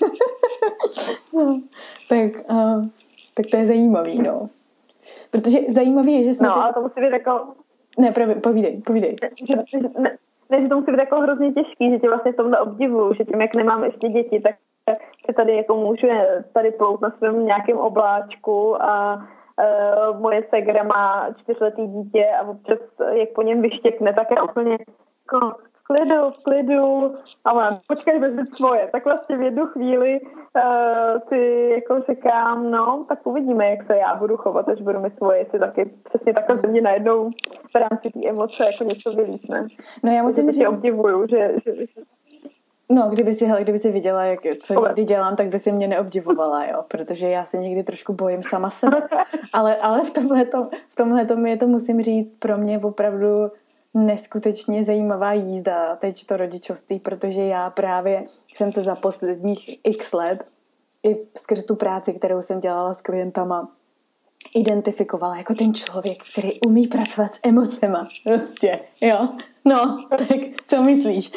Tak to je zajímavý, no. Protože zajímavý je, že jsme... ale to musí být jako... Ne, povídej. Že to musí být jako hrozně těžký, že tě vlastně v tomhle obdivuju, že tím, jak nemám ještě děti, tak se tady jako můžu tady plout na svém nějakém obláčku a moje segra má 4letý dítě a občas, jak po něm vyštěkne, tak je úplně jako v klidu a mám, počkej, vezmi svoje. Tak vlastně v jednu chvíli si jako říkám, no, tak uvidíme, jak se já budu chovat, až budu mi svoje, jestli taky přesně takhle ze mě najednou v rámci té emoce jako něco vylítne. No já musím říct... obdivuju, že... No, kdyby si viděla, co někdy dělám, tak by si mě neobdivovala, jo, protože já se někdy trošku bojím sama sebe. Ale v tomhletom je to, musím říct, pro mě opravdu neskutečně zajímavá jízda, teď to rodičovství, protože já právě jsem se za posledních x let i skrz tu práci, kterou jsem dělala s klientama, identifikovala jako ten člověk, který umí pracovat s emocema. Prostě, jo. No, tak co myslíš?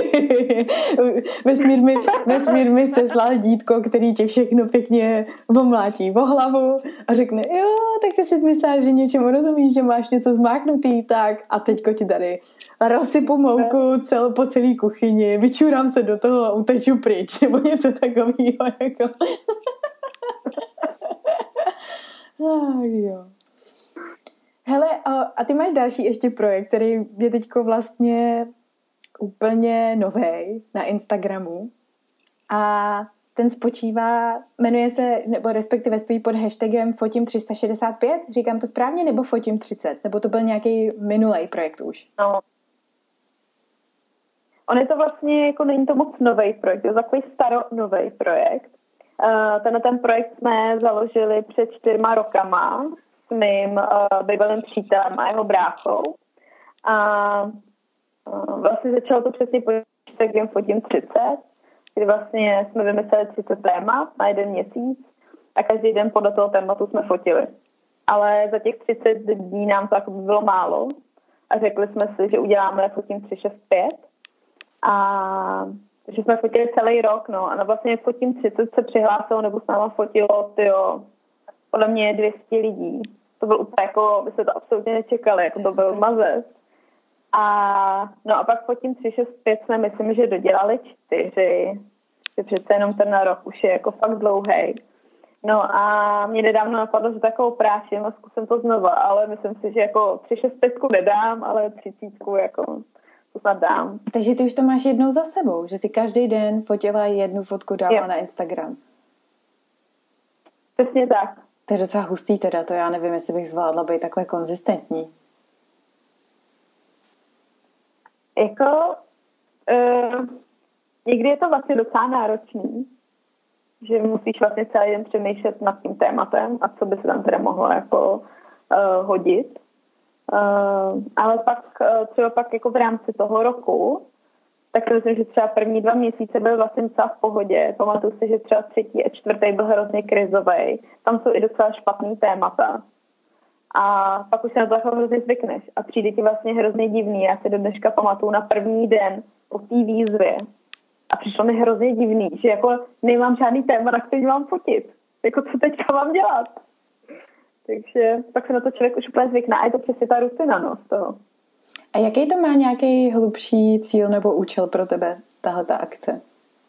Vesmír mi seslal dítko, který tě všechno pěkně omlátí o hlavu a řekne, jo, tak ty si myslela, že něčemu rozumíš, že máš něco zmáknutý, tak a teďko ti tady rozsypu mouku po celý kuchyni, vyčurám se do toho a uteču pryč, nebo něco takového, jako. Jo. Hele, a ty máš další ještě projekt, který je teďko vlastně úplně novej na Instagramu a ten spočívá, jmenuje se, nebo respektive stojí pod hashtagem Fotím 365, říkám to správně, nebo Fotím 30, nebo to byl nějaký minulej projekt už? No. On je to vlastně, jako není to moc novej projekt, je to takový staronovej projekt. Ten projekt jsme založili před 4 rokama s mým bývalým přítelem a jeho bráchou. A vlastně začalo to přesně pod hashtagem Fotím 30, kdy vlastně jsme vymysleli 30 témat na 1 měsíc a každý den podle toho tématu jsme fotili. Ale za těch 30 dní nám to jako bylo málo a řekli jsme si, že uděláme Fotím 365 a že jsme fotili celý rok, no. A vlastně Fotím 30 se přihlásilo, nebo s náma fotilo, podle mě 200 lidí. To byl úplně jako, my jsme to absolutně nečekali, jako to byl mazec. A pak Fotím 365 jsme, myslím, že dodělali 4, že přece jenom ten rok už je jako fakt dlouhej. No a mě nedávno napadlo, že takovou práším a zkusím to znova, ale myslím si, že jako 365 nedám, ale 30 jako to snad dám. Takže ty už to máš jednou za sebou, že si každý den fotila 1 fotku dala na Instagram. Přesně tak. To je docela hustý teda, to já nevím, jestli bych zvládla být takhle konzistentní. Jako někdy je to vlastně docela náročný, že musíš vlastně celý den přemýšlet nad tím tématem a co by se tam teda mohlo jako hodit. Ale pak jako v rámci toho roku, tak si myslím, že třeba první 2 měsíce byly vlastně docela v pohodě. Pamatuju si, že třeba 3. a 4. byl hrozně krizovej. Tam jsou i docela špatný témata. A pak už se na to jako hrozně zvykneš. A přijde ti vlastně hrozně divný. Já si do dneška pamatuju na první den po té výzvě. A přišlo mi hrozně divný, že jako nemám žádný téma, na který mám fotit. Jako co teďka mám dělat? Takže pak se na to člověk už úplně zvykne a je to přesně ta rutina, no, z toho. A jaký to má nějaký hlubší cíl nebo účel pro tebe, tahleta akce?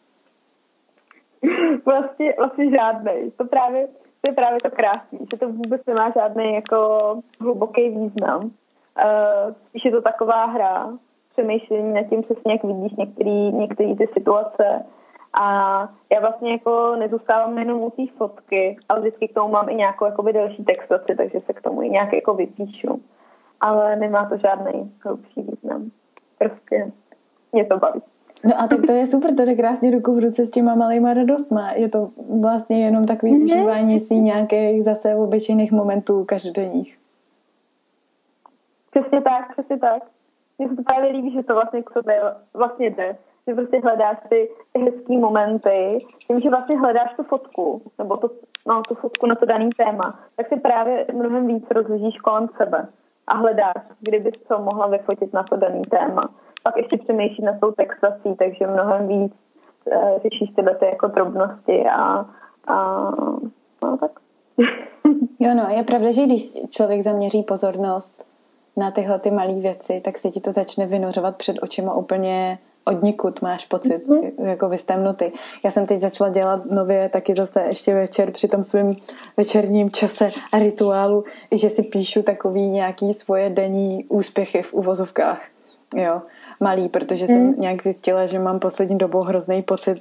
Vlastně žádnej. To je právě to krásný, že to vůbec nemá žádný jako hluboký význam. Spíš je to taková hra, přemýšlení nad tím přesně, jak vidíš některé ty situace. A já vlastně jako nezůstávám jenom u té fotky, ale vždycky k tomu mám i nějakou jakoby delší textaci, takže se k tomu i nějak jako vypíšu. Ale nemá to žádný hlubší význam. Prostě mě to baví. No a tak to je super, to jde krásně ruku v ruce s těma malýma radostma. Je to vlastně jenom takový užívání si nějakých zase obyčejných momentů každodenních. Přesně tak. Mně se to právě líbí, že to vlastně k sobě vlastně jde. Že prostě hledáš ty hezký momenty, tím, že vlastně hledáš tu fotku, nebo tu fotku na to daný téma, tak si právě mnohem víc rozložíš kolem sebe a hledáš, kdybys to mohla vyfotit na to daný téma. Pak ještě přemýšlíš nad tou textací, takže mnohem víc řešíš tyhle ty jako drobnosti a tak. Jo, no, je pravda, že když člověk zaměří pozornost na tyhle ty malé věci, tak se ti to začne vynořovat před očima úplně odnikud, máš pocit, jako vystemnuty. Já jsem teď začala dělat nově taky zase ještě večer při tom svém večerním čase a rituálu, že si píšu takový nějaký svoje denní úspěchy v uvozovkách. Jo, malý, protože jsem nějak zjistila, že mám poslední dobou hrozný pocit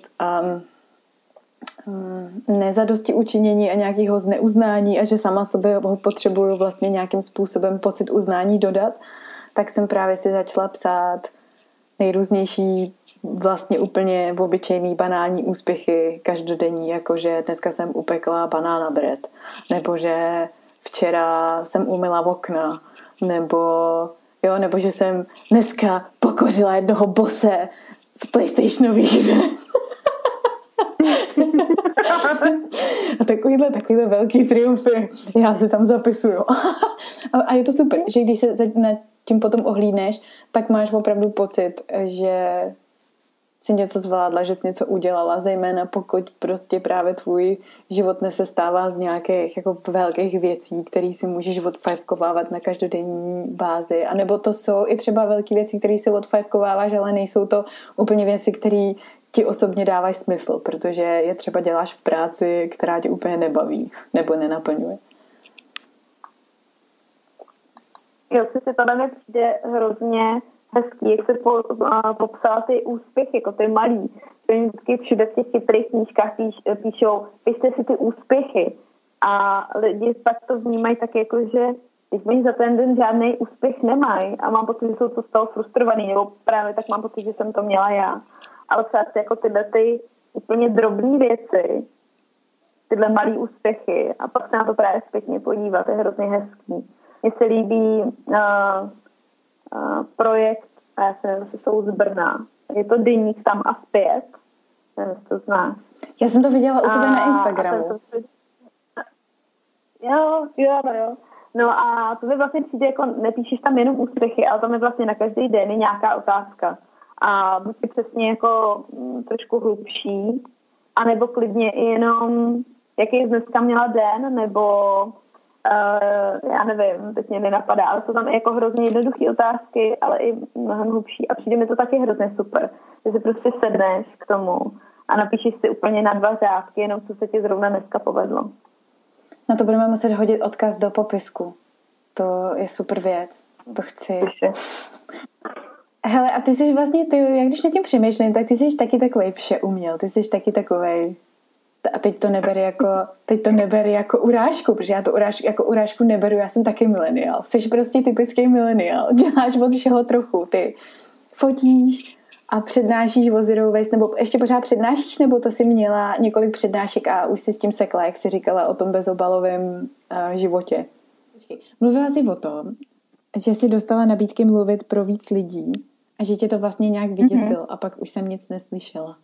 nezadosti učinění a nějakého zneuznání a že sama sobě ho potřebuju vlastně nějakým způsobem pocit uznání dodat, tak jsem právě si začala psát nejrůznější vlastně úplně obyčejný banální úspěchy každodenní, jakože dneska jsem upekla banana bread, nebo že včera jsem umyla okna, nebo že jsem dneska pokořila jednoho bose v PlayStationové hře. A takovýhle velký triumfy já si tam zapisuju. A je to super, že když se nad tím potom ohlídneš, tak máš opravdu pocit, že si něco zvládla, že jsi něco udělala, zejména pokud prostě právě tvůj život nesestává z nějakých jako velkých věcí, které si můžeš odfajfkovávat na každodenní bázi. A nebo to jsou i třeba velké věci, které si odfajfkováváš, ale nejsou to úplně věci, které ti osobně dávají smysl, protože je třeba děláš v práci, která tě úplně nebaví nebo nenaplňuje. Jo, si to mi přijde hrozně hezký, jak se popsala ty úspěchy, jako ty malý. Že vždycky všude v těch chytrých knížkách píšou, pište si ty úspěchy. A lidi pak to vnímají tak jako, že když mi za ten den žádný úspěch nemají a mám pocit, že jsou to z toho frustrovaný, nebo právě tak mám pocit, že jsem to měla já. Ale třeba jako tyhle ty úplně drobné věci, tyhle malý úspěchy a pak se na to právě zpětně podívat, je hrozně hezký. Mně se líbí projekt, a já se nevím, jsou z Brna. Je to deník tam a zpět. Nevím, jestli to znáš. Já jsem to viděla u tebe na Instagramu. Jo. No a to mi vlastně přijde, jako nepíšeš tam jenom úspěchy, ale tam je vlastně na každý den je nějaká otázka. A buď je přesně jako trošku hlubší, anebo klidně i jenom, jaký jsi dneska měla den, nebo já nevím, teď mě nenapadá, ale jsou tam jako hrozně jednoduché otázky, ale i mnohem hlubší. A přijde mi to taky hrozně super, že si prostě sedneš k tomu a napíšeš si úplně na 2 řádky, jenom co se ti zrovna dneska povedlo. Na to budeme muset hodit odkaz do popisku. To je super věc. To chci. Hele, a ty jsi vlastně, jak když nad tím přemýšlím, tak ty jsi taky takovej všeuměl. Ty jsi taky takovej. A teď to neber jako urážku, protože já to jako urážku neberu, já jsem taky mileniál. Jsi prostě typický mileniál. Děláš od všeho trochu. Ty fotíš a přednášíš o Zero Waste, nebo ještě pořád přednášíš, nebo to jsi měla několik přednášek a už si s tím sekla, jak jsi říkala o tom bezobalovém životě. Mluvila jsi o tom, že jsi dostala nabídky mluvit pro víc lidí a že tě to vlastně nějak vyděsil a pak už jsem nic neslyšela.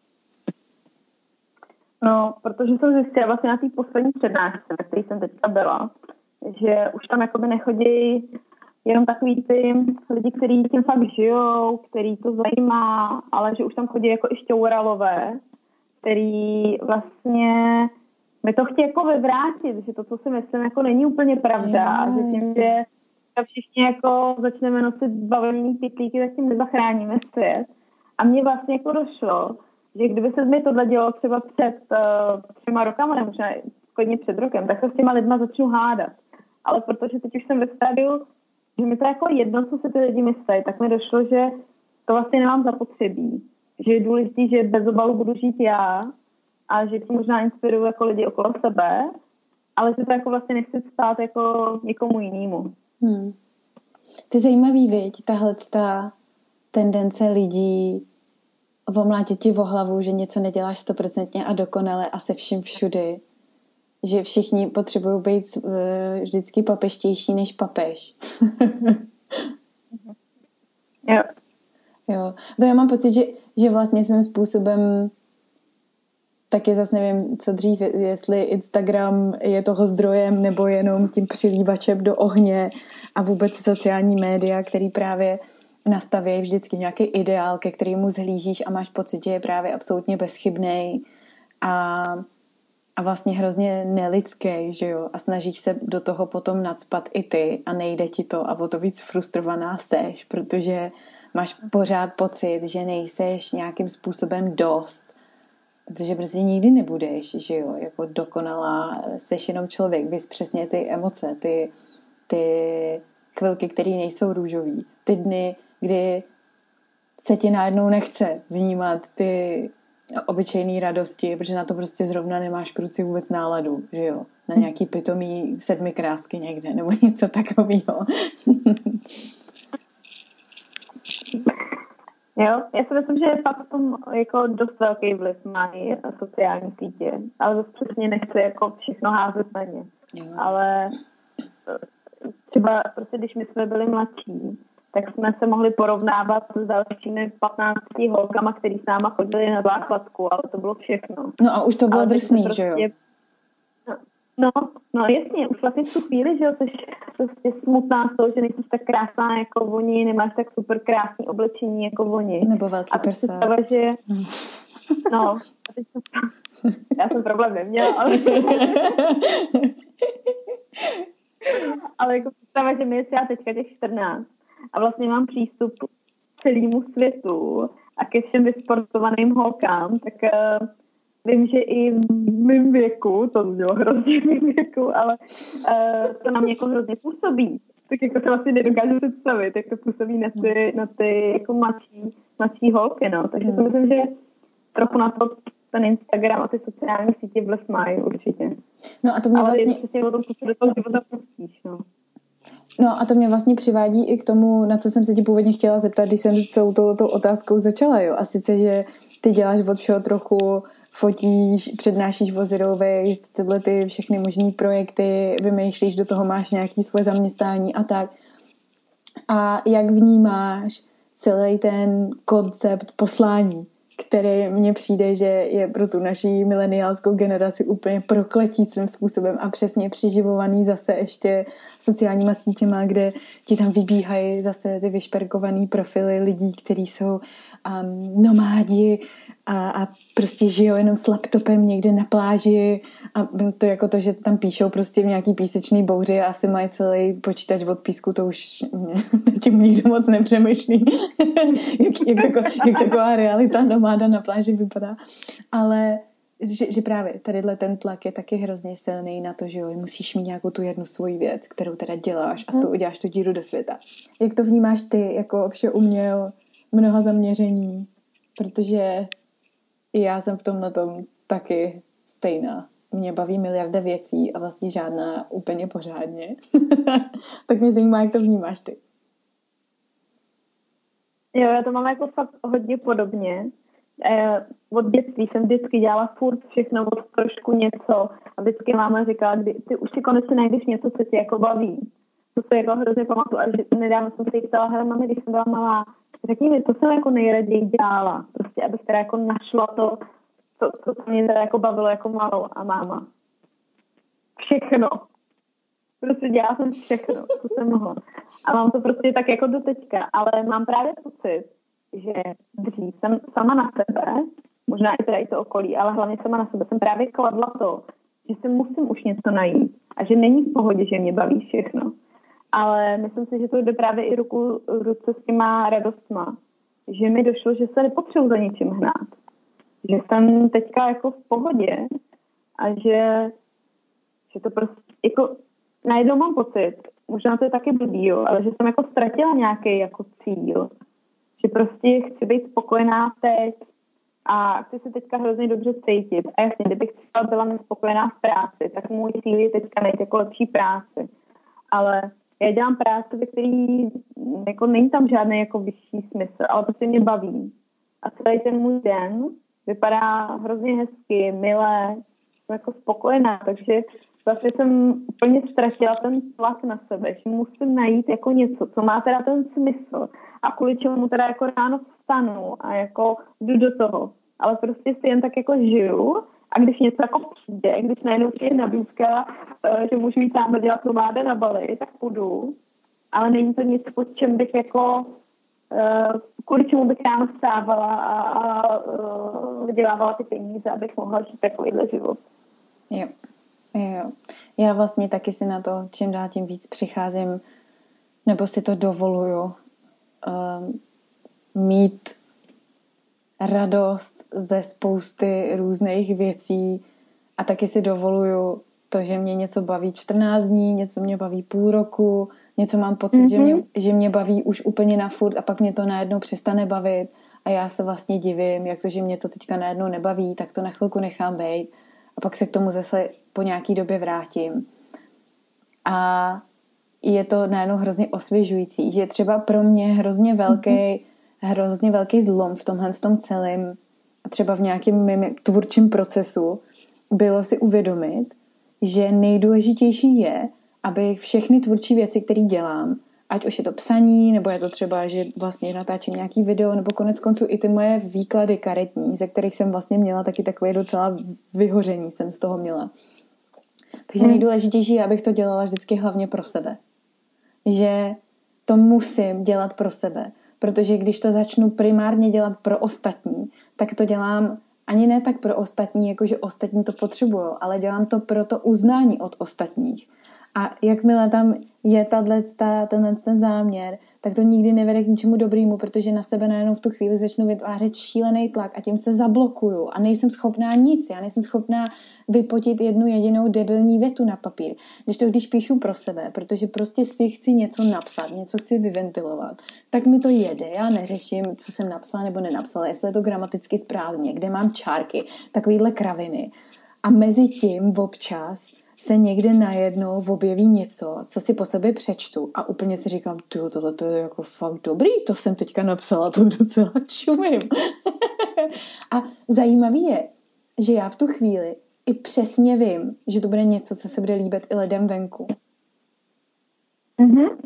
No, protože jsem zjistila vlastně na té poslední přednášce, na které jsem teďka byla, že už tam jakoby nechodí jenom takový ty lidi, kteří tím fakt žijou, který to zajímá, ale že už tam chodí jako i šťouralové, který vlastně mi to chtějí jako vyvrátit, že to, co si myslím, jako není úplně pravda a že tím, že všichni jako začneme nosit bavlněný pytlíky, tak tím nezachráníme svět. A mně vlastně jako došlo, že kdyby se mi tohle dělo třeba před 3 rokama, nebo možná klidně před rokem, tak se s těma lidma začnu hádat. Ale protože teď už jsem ve stádiu, že mi to jako jedno, co se ty lidi myslí, tak mi došlo, že to vlastně nemám zapotřebí. Že je důležité, že bez obalu budu žít já a že tím možná inspiruju jako lidi okolo sebe, ale že to jako vlastně nechci stát jako někomu jinému. To je zajímavý, viď? Ta tendence lidí omlátit ti o hlavu, že něco neděláš 100% a dokonale a se vším všudy. Že všichni potřebují být vždycky papeštější než papež. Jo. To já mám pocit, že vlastně svým způsobem taky zase nevím, co dřív, jestli Instagram je toho zdrojem nebo jenom tím přilívačem do ohně a vůbec sociální média, který právě nastaví vždycky nějaký ideál, ke kterému zhlížíš a máš pocit, že je právě absolutně bezchybnej a vlastně hrozně nelidský, že jo? A snažíš se do toho potom nacpat i ty a nejde ti to a o to víc frustrovaná seš, protože máš pořád pocit, že nejseš nějakým způsobem dost, protože prostě nikdy nebudeš, že jo? Jako dokonalá, seš jenom člověk, bys přesně ty emoce, ty chvilky, které nejsou růžový, ty dny, kdy se ti najednou nechce vnímat ty obyčejné radosti, protože na to prostě zrovna nemáš v ruci vůbec náladu, že jo? Na nějaký pitomý 7 krásky někde, nebo něco takového. Jo, já si myslím, že fakt v tom jako dost velký vliv mají sociální sítě, ale zase přesně nechci jako všechno házet na ně. Jo. Ale třeba prostě, když my jsme byli mladší, tak jsme se mohli porovnávat s dalšími 15 holkama, který s náma chodili na základku, ale to bylo všechno. No a už to bylo drsný, prostě, že jo? No jasně, už vlastně v tu chvíli, že jo, jsi prostě smutná z toho, že nejsi tak krásná jako oni, nemáš tak super krásný oblečení jako oni. Nebo velký prsa. A že... No, já jsem problém neměla, ale jako představa, že mi je třeba teďka těch 14 a vlastně mám přístup k celému světu a ke všem vysportovaným holkám, tak vím, že i v mém věku, to bylo hrozně v mém věku, ale to na mě jako hrozně působí. Tak jako to vlastně nedokážu představit, jak to působí na ty jako mladší holky, no. Takže si myslím, že trochu na to ten Instagram a ty sociální sítě vliv mají určitě. No a to mě ale vlastně... jestli o tom do toho života pustíš, no. No a to mě vlastně přivádí i k tomu, na co jsem se ti původně chtěla zeptat, když jsem s celou touto otázkou začala, jo. A sice, že ty děláš od všeho trochu, fotíš, přednášíš o Zero Waste, tyhle ty všechny možný projekty, vymýšlíš, do toho máš nějaký svoje zaměstnání a tak. A jak vnímáš celý ten koncept poslání, který mně přijde, že je pro tu naší mileniálskou generaci úplně prokletí svým způsobem a přesně přiživovaný zase ještě sociálníma sítěma, kde ti tam vybíhají zase ty vyšperkovaný profily lidí, kteří jsou nomádi a prostě žijou jenom s laptopem někde na pláži a to jako to, že tam píšou prostě v nějaký písečný bouři a asi mají celý počítač od písku, to už tím nikdo moc nepřemýšlí, jak taková realita nomáda na pláži vypadá. Ale že právě tadyhle ten tlak je taky hrozně silný na to, že jo, musíš mít nějakou tu jednu svoji věc, kterou teda děláš a s tou uděláš tu díru do světa. Jak to vnímáš ty, jako vše uměl, mnoha zaměření, protože já jsem v tomhletom taky stejná. Mě baví miliarda věcí a vlastně žádná úplně pořádně. Tak mě zajímá, jak to vnímáš ty. Jo, já to mám jako fakt hodně podobně. Od dětství jsem vždycky dělala furt všechno, od trošku něco a vždycky máma říkala, ty už si konečně najdeš něco, co tě jako baví. To se jako hrozně pamatuju. A nedávno jsem se ptala, hele mami, když jsem byla malá, řekni mi, to jsem jako nejraději dělala. Prostě, abych teda jako našla to, co mě teda jako bavilo jako malou a máma. Všechno. Prostě dělala jsem všechno, co jsem mohla. A mám to prostě tak jako do teďka, ale mám právě pocit, že dřív jsem sama na sebe, možná i teda i to okolí, ale hlavně sama na sebe jsem právě kladla to, že si musím už něco najít a že není v pohodě, že mě baví všechno. Ale myslím si, že to jde právě i ruku ruce s těma radostma. Že mi došlo, že se nepotřebuji za ničím hnát. Že jsem teďka jako v pohodě a že to prostě jako najednou mám pocit, možná to je taky blbý, jo, ale že jsem jako ztratila nějaký jako cíl. Že prostě chci být spokojená teď a chci se teďka hrozně dobře cítit. A jasně, kdybych třeba byla nespokojená v práci, tak můj cíl je teďka najít jako lepší práci. Ale já dělám práci, ve který jako není tam žádný jako vyšší smysl, ale to se mě baví. A celý ten můj den vypadá hrozně hezky, milé, jsem jako spokojená, takže vlastně jsem úplně ztratila ten tlak na sebe, že musím najít jako něco, co má teda ten smysl a kvůli čemu teda jako ráno vstanu a jako jdu do toho. Ale prostě si jen tak jako žiju a když něco jako přijde, když najednou je nabídka, že můžu jít tam dělat nomáda na Bali, tak půjdu. Ale není to nic, pod čem bych jako, kvůli čemu bych ráno vstávala a vydělávala ty peníze, abych mohla žít takovýhle život. Jo. Já vlastně taky si na to čím dál tím víc přicházím, nebo si to dovoluju mít radost ze spousty různých věcí a taky si dovoluju to, že mě něco baví 14 dní, něco mě baví půl roku, něco mám pocit, že mě baví už úplně na furt a pak mě to najednou přestane bavit a já se vlastně divím, jak to, že mě to teďka najednou nebaví, tak to na chvilku nechám bejt a pak se k tomu zase po nějaký době vrátím. A je to najednou hrozně osvěžující, že třeba pro mě hrozně velký hrozně velký zlom v tomhle tom celém, třeba v nějakém mým tvůrčím procesu, bylo si uvědomit, že nejdůležitější je, aby všechny tvůrčí věci, které dělám, ať už je to psaní, nebo je to třeba, že vlastně natáčím nějaký video, nebo konec konců i ty moje výklady karetní, ze kterých jsem vlastně měla taky takové docela vyhoření jsem z toho měla. Takže nejdůležitější je, abych to dělala vždycky hlavně pro sebe. Že to musím dělat pro sebe. Protože když to začnu primárně dělat pro ostatní, tak to dělám ani ne tak pro ostatní, jakože ostatní to potřebují, ale dělám to pro to uznání od ostatních. A jakmile tam je tenhle záměr, tak to nikdy nevede k ničemu dobrému, protože na sebe najednou v tu chvíli začnu vytvářet šílený tlak a tím se zablokuju a nejsem schopná nic. Já nejsem schopná vypotit jednu jedinou debilní větu na papír. Když píšu pro sebe, protože prostě si chci něco napsat, něco chci vyventilovat, tak mi to jede. Já neřeším, co jsem napsala nebo nenapsala, jestli je to gramaticky správně, kde mám čárky, takovýhle kraviny. A mezi tím občas se někde najednou objeví něco, co si po sobě přečtu a úplně si říkám, tohle to je jako fakt dobrý, to jsem teďka napsala, to docela čumím. A zajímavý je, že já v tu chvíli i přesně vím, že to bude něco, co se bude líbit i lidem venku. Mm-hmm.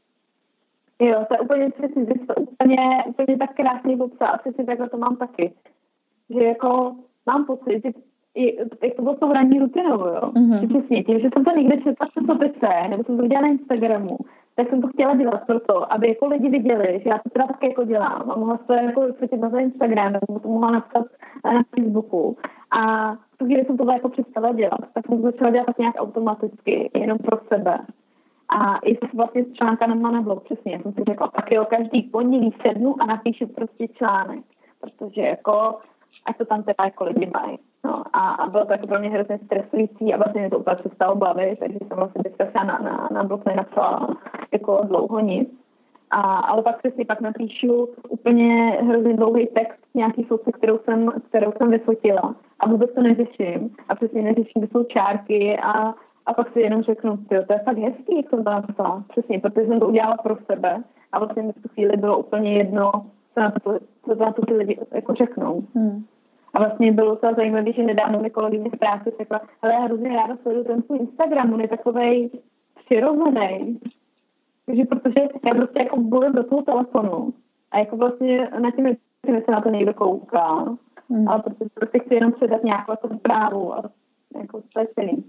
Jo, to je úplně přesně, to úplně tak krásně popsat, přesně takhle to mám taky. Že jako mám pocit, že jak to bylo to ranní rutinou, jo. Mm-hmm. Přesně tím, že jsem to někde četla v časopise, nebo jsem to viděla na Instagramu, tak jsem to chtěla dělat proto, aby jako lidi viděli, že já to teda taky jako dělám a mohla se jako světit na Instagramu, nebo to mohla napsat na Facebooku. A v tu chvíli jsem tohle jako přestala dělat, tak jsem to začala dělat tak nějak automaticky, jenom pro sebe. A i vlastně z článka na blog, přesně, jsem si řekla, tak jo, každý pondělí sednu a napíšu prostě článek, protože jako, ať to tam teda jako lidi mají. No, a bylo to jako pro mě hrozně stresující a vlastně mě to úplně přestalo bavit, takže jsem vlastně dneska na blog nenapsala jako dlouho nic. Ale pak si pak napíšu úplně hrozně dlouhý text nějaký soudce, kterou jsem vyfotila a vůbec to neřeším a přesně neřeším, kde jsou čárky a pak si jenom řeknu, to je fakt hezký, jak jsem to napsala. Přesně, protože jsem to udělala pro sebe a vlastně mi v tu chvíli bylo úplně jedno, co na to ty lidi jako řeknou. A vlastně bylo to zajímavé, že nedávno mi kolegyně z práce řekla, ale já hrozně ráda sleduju ten svůj Instagram, on je takovej přirozený. Takže protože já prostě jako mluvím do toho telefonu a jako vlastně na tím se na to někdo kouká, ale protože prostě chci jenom předat nějakou jako zprávu a jako to je celý.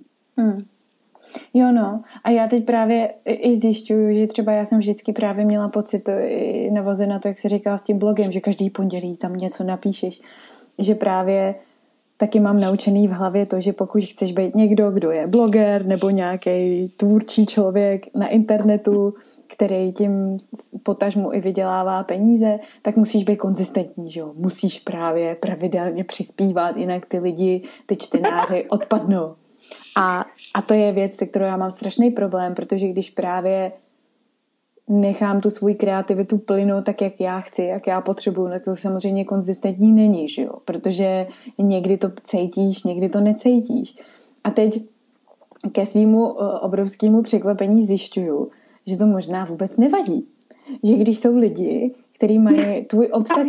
Jo no, a já teď právě i zjišťuju, že třeba já jsem vždycky právě měla pocit, to i navazuje na to, jak jsi říkala s tím blogem, že každý pondělí tam něco napíšeš, že právě taky mám naučený v hlavě to, že pokud chceš být někdo, kdo je bloger nebo nějaký tvůrčí člověk na internetu, který tím potažmu i vydělává peníze, tak musíš být konzistentní, že jo? Musíš právě pravidelně přispívat, jinak ty lidi, ty čtenáři odpadnou. A to je věc, se kterou já mám strašný problém, protože když právě nechám tu svou kreativitu plynout tak, jak já chci, jak já potřebuju, tak to samozřejmě konzistentní není, že jo? Protože někdy to cítíš, někdy to necítíš. A teď ke svýmu obrovskému překvapení zjišťuju, že to možná vůbec nevadí. Že když jsou lidi, kteří mají tvůj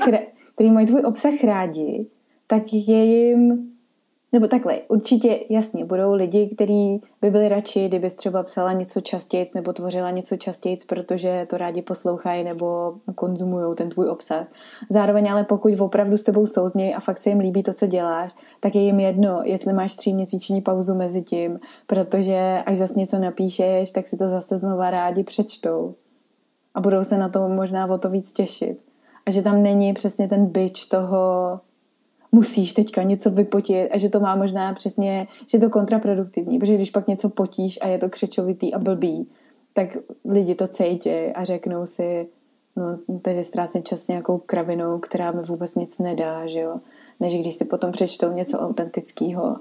obsah rádi, tak je jim... Nebo takhle, určitě jasně, budou lidi, kteří by byli radši, kdybys třeba psala něco častějc nebo tvořila něco častějc, protože to rádi poslouchají nebo konzumujou ten tvůj obsah. Zároveň ale pokud opravdu s tebou souznějí a fakt se jim líbí to, co děláš, tak je jim jedno, jestli máš 3měsíční pauzu mezi tím, protože až zase něco napíšeš, tak si to zase znova rádi přečtou. A budou se na to možná o to víc těšit. A že tam není přesně ten bič toho... musíš teďka něco vypotit a že to má možná přesně, že je to kontraproduktivní, protože když pak něco potíš a je to křečovitý a blbý, tak lidi to cítí a řeknou si, no tady ztrácím čas nějakou kravinou, která mi vůbec nic nedá, že jo, než když si potom přečtou něco autentického.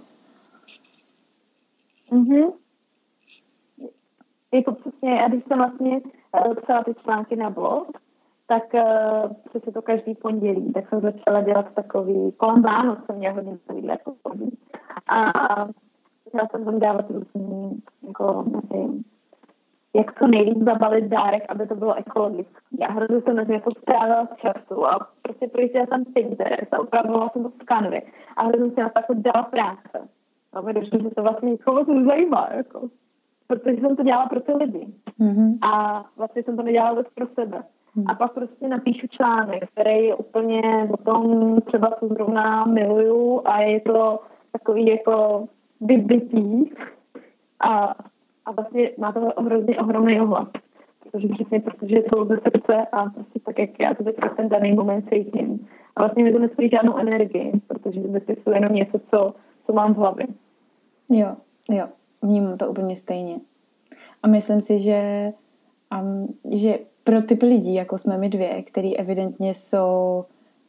Je to přesně, a když jsem vlastně psala ty články na blog, tak přesně to každý pondělí, tak jsem začala dělat takový, kolem Vánoc jsem měla hodně takový jako a začala jsem tam dávat různý, jako nevím, jak to nejvíc zabalit dárek, aby to bylo ekologické. Já hrozně jsem na tím jako strávila času a prostě projížděla tam Pinterest a opravovala jsem to v Canvě a hrozně jsem na to jako dala práce. A mi došlo, že to vlastně nikoho se zajímá, jako. Protože jsem to dělala pro ty lidi. Mm-hmm. A vlastně jsem to nedělala vůbec pro sebe. A pak prostě napíšu článek, který je úplně o tom, třeba co zrovna miluju a je to takový jako vybytý a vlastně má to hrozně ohromný ohlas. Protože je to ze srdce a prostě tak, jak já to teď ten daný moment cítím. A vlastně mi to nestojí žádnou energii, protože vypisuju jenom něco, co mám v hlavě. Jo, vnímám to úplně stejně. A myslím si, že pro typy lidí, jako jsme my dvě, který evidentně jsou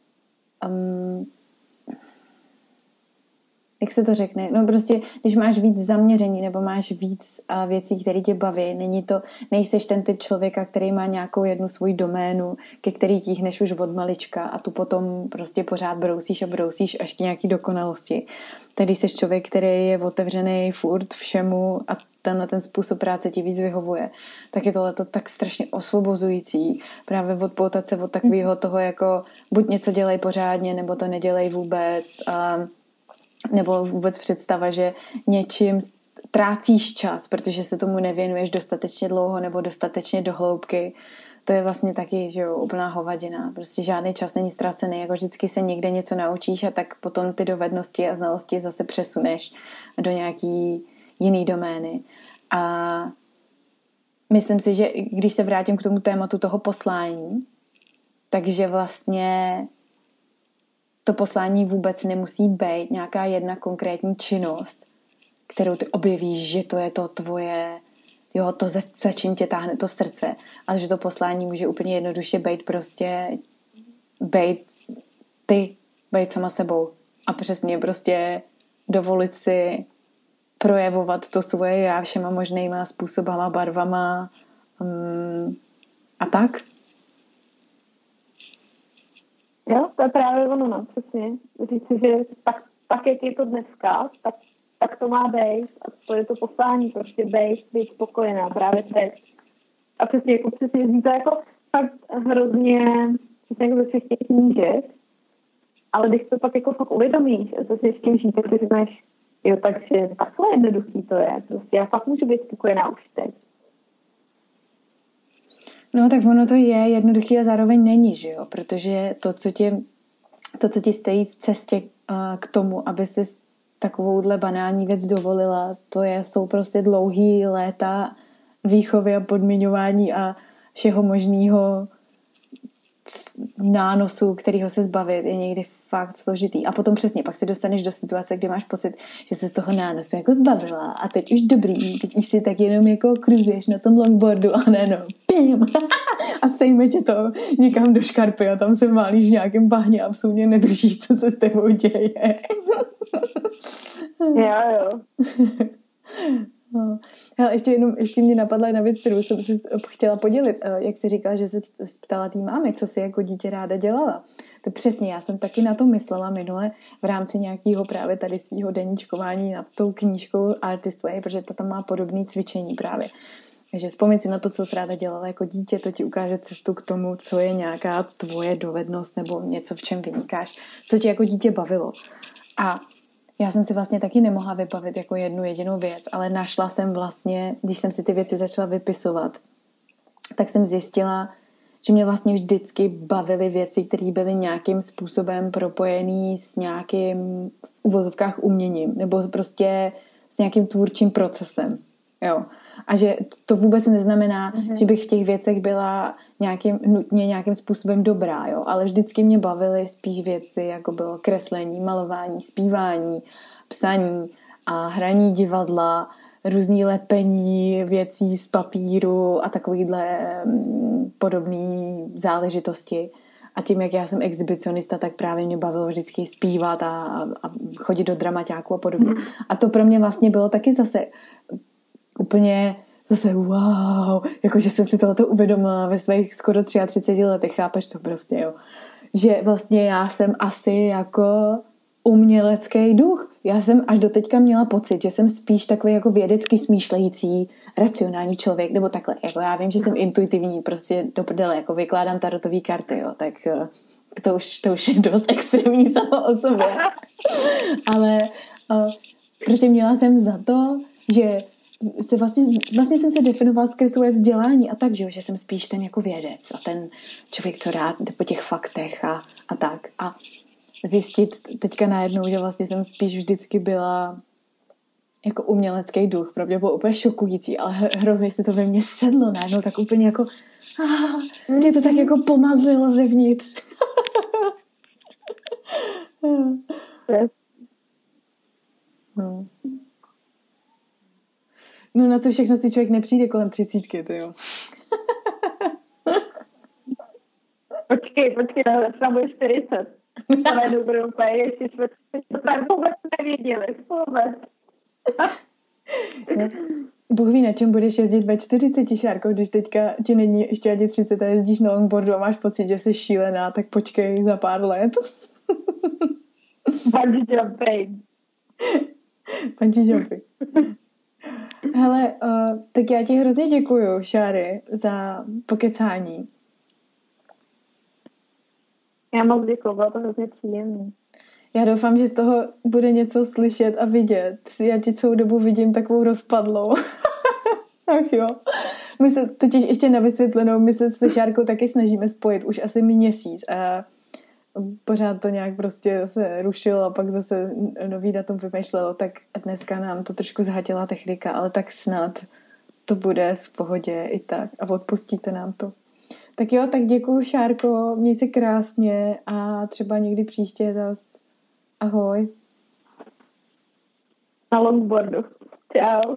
jak se to řekne? No prostě, když máš víc zaměření nebo máš víc věcí, které tě baví, nejseš ten typ člověka, který má nějakou jednu svou doménu, ke který tíhneš už od malička a tu potom prostě pořád brousíš až k nějaký dokonalosti. Tedy jsi člověk, který je otevřený furt všemu a ten způsob práce ti víc vyhovuje. Tak je tohleto tak strašně osvobozující. Právě odpoutat se od takového toho, jako buď něco dělej pořádně, nebo to nedělej vůbec nebo vůbec představa, že něčím trácíš čas, protože se tomu nevěnuješ dostatečně dlouho nebo dostatečně do hloubky. To je vlastně taky, že jo, úplná hovadina. Prostě žádný čas není ztracený, jako vždycky se někde něco naučíš a tak potom ty dovednosti a znalosti zase přesuneš do nějaký jiný domény. A myslím si, že když se vrátím k tomu tématu toho poslání, takže vlastně to poslání vůbec nemusí být nějaká jedna konkrétní činnost, kterou ty objevíš, že to je to tvoje, jo, to za čím tě táhne to srdce, ale že to poslání může úplně jednoduše být prostě být sama sebou a přesně prostě dovolit si projevovat to svoje já všema možnýma způsobama, barvama a tak. Jo, to je právě ono, no, přesně. Říct si, že tak, jak je to dneska, tak to má být a to je to poslání, prostě být spokojená právě teď. A přesně zní to jako fakt hrozně, přesně jako ze všech těch knížek, ale když to pak jako fakt uvědomíš a to si s tím žít, tak si říkáš, jo, takže takhle jednoduchý to je. Prostě já fakt můžu být spokojená už teď. No tak ono to je jednoduchý a zároveň není, že jo? Protože to, co ti stojí v cestě k tomu, aby si takovouhle banální věc dovolila, jsou prostě dlouhý léta výchovy a podmiňování a všeho možného nánosu, kterýho se zbavit, je někdy fakt složitý. A potom přesně, pak se dostaneš do situace, kdy máš pocit, že se z toho nánosu jako zbavila a teď už dobrý, teď už si tak jenom jako kruzuješ na tom longboardu a ne, pím, a sejme tě to někam do škarpy a tam se válíš v nějakém bahně a absolutně netušíš, co se s tebou děje. Jo. No. Hele, ještě mě napadla jedna věc, kterou jsem si chtěla podělit. Jak jsi říkala, že se ptala tý mámy, co si jako dítě ráda dělala. To přesně, já jsem taky na to myslela minule v rámci nějakého právě tady svýho deníčkování nad tou knížkou Artist Way, protože ta tam má podobné cvičení právě. Takže vzpomň si na to, co jsi ráda dělala jako dítě, to ti ukáže cestu k tomu, co je nějaká tvoje dovednost nebo něco, v čem vynikáš, co tě jako dítě bavilo. A já jsem si vlastně taky nemohla vybavit jako jednu jedinou věc, ale našla jsem vlastně, když jsem si ty věci začala vypisovat, tak jsem zjistila, že mě vlastně vždycky bavily věci, které byly nějakým způsobem propojený s nějakým v uvozovkách uměním, nebo prostě s nějakým tvůrčím procesem. Jo. A že to vůbec neznamená, že bych v těch věcech byla nutně nějakým způsobem dobrá, jo? Ale vždycky mě bavily spíš věci, jako bylo kreslení, malování, zpívání, psaní a hraní divadla, různý lepení věcí z papíru a takovýhle podobné záležitosti. A tím, jak já jsem exhibicionista, tak právě mě bavilo vždycky zpívat a chodit do dramaťáku a podobně. A to pro mě vlastně bylo taky zase úplně wow, jakože jsem si tohoto uvědomila ve svých skoro 33 letech, chápeš to prostě, jo. Že vlastně já jsem asi jako umělecký duch. Já jsem až do teďka měla pocit, že jsem spíš takový jako vědecky smýšlející, racionální člověk, nebo takhle. Jako já vím, že jsem intuitivní, prostě do prdele, jako vykládám tarotové karty, jo, tak to už je dost extrémní samo o sobě. Ale prostě měla jsem za to, že se vlastně jsem se definovala skrz svoje vzdělání a tak, že jsem spíš ten jako vědec a ten člověk, co rád jde po těch faktech a tak. A zjistit teďka najednou, že vlastně jsem spíš vždycky byla jako umělecký duch. Pro mě bylo úplně šokující, ale hrozně si to ve mně sedlo najednou, tak úplně jako mě to tak jako pomazlilo zevnitř. No na co všechno si člověk nepřijde kolem 30, tyjo. Počkej, tam bude 40. Ale dobrý úplně, ještě to tak vůbec nevěděli, vůbec. Bůh ví, na čem budeš jezdit ve 40, Šárko, když teďka ti není ještě ani 30 a jezdíš na longboardu a máš pocit, že jsi šílená, tak počkej za pár let. Bungee jumping. Bungee jumping. Hele, tak já ti hrozně děkuju, Šáry, za pokecání. Já moc děkuju, bylo to hrozně příjemné. Já doufám, že z toho bude něco slyšet a vidět. Já ti celou dobu vidím takovou rozpadlou. Ach jo. My se totiž ještě na vysvětlenou, my se s Šárkou taky snažíme spojit už asi měsíc a pořád to nějak prostě zase rušilo a pak zase nový datum vymýšlelo, tak dneska nám to trošku zhatila technika, ale tak snad to bude v pohodě i tak a odpustíte nám to. Tak jo, tak děkuju, Šárko, měj se krásně a třeba někdy příště zas. Ahoj. Na longboardu. Čau.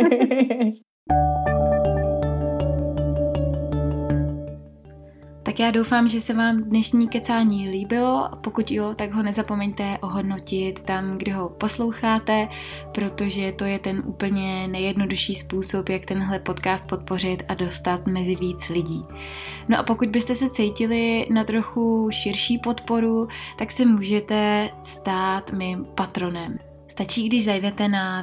Tak já doufám, že se vám dnešní kecání líbilo. Pokud jo, tak ho nezapomeňte ohodnotit tam, kde ho posloucháte, protože to je ten úplně nejjednodušší způsob, jak tenhle podcast podpořit a dostat mezi víc lidí. No a pokud byste se cítili na trochu širší podporu, tak se můžete stát mým patronem. Stačí, když zajdete na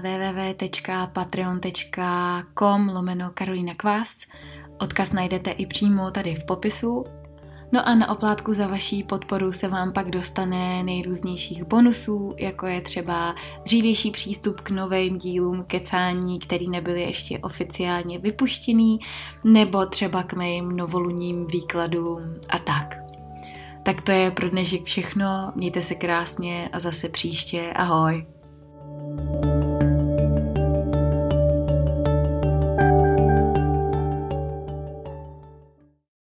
www.patreon.com/Karolina Kvás. Odkaz najdete i přímo tady v popisu. No a na oplátku za vaší podporu se vám pak dostane nejrůznějších bonusů, jako je třeba dřívější přístup k novým dílům kecání, který nebyly ještě oficiálně vypuštěný, nebo třeba k mým novoluním výkladům a tak. Tak to je pro dnešek všechno, mějte se krásně a zase příště, ahoj.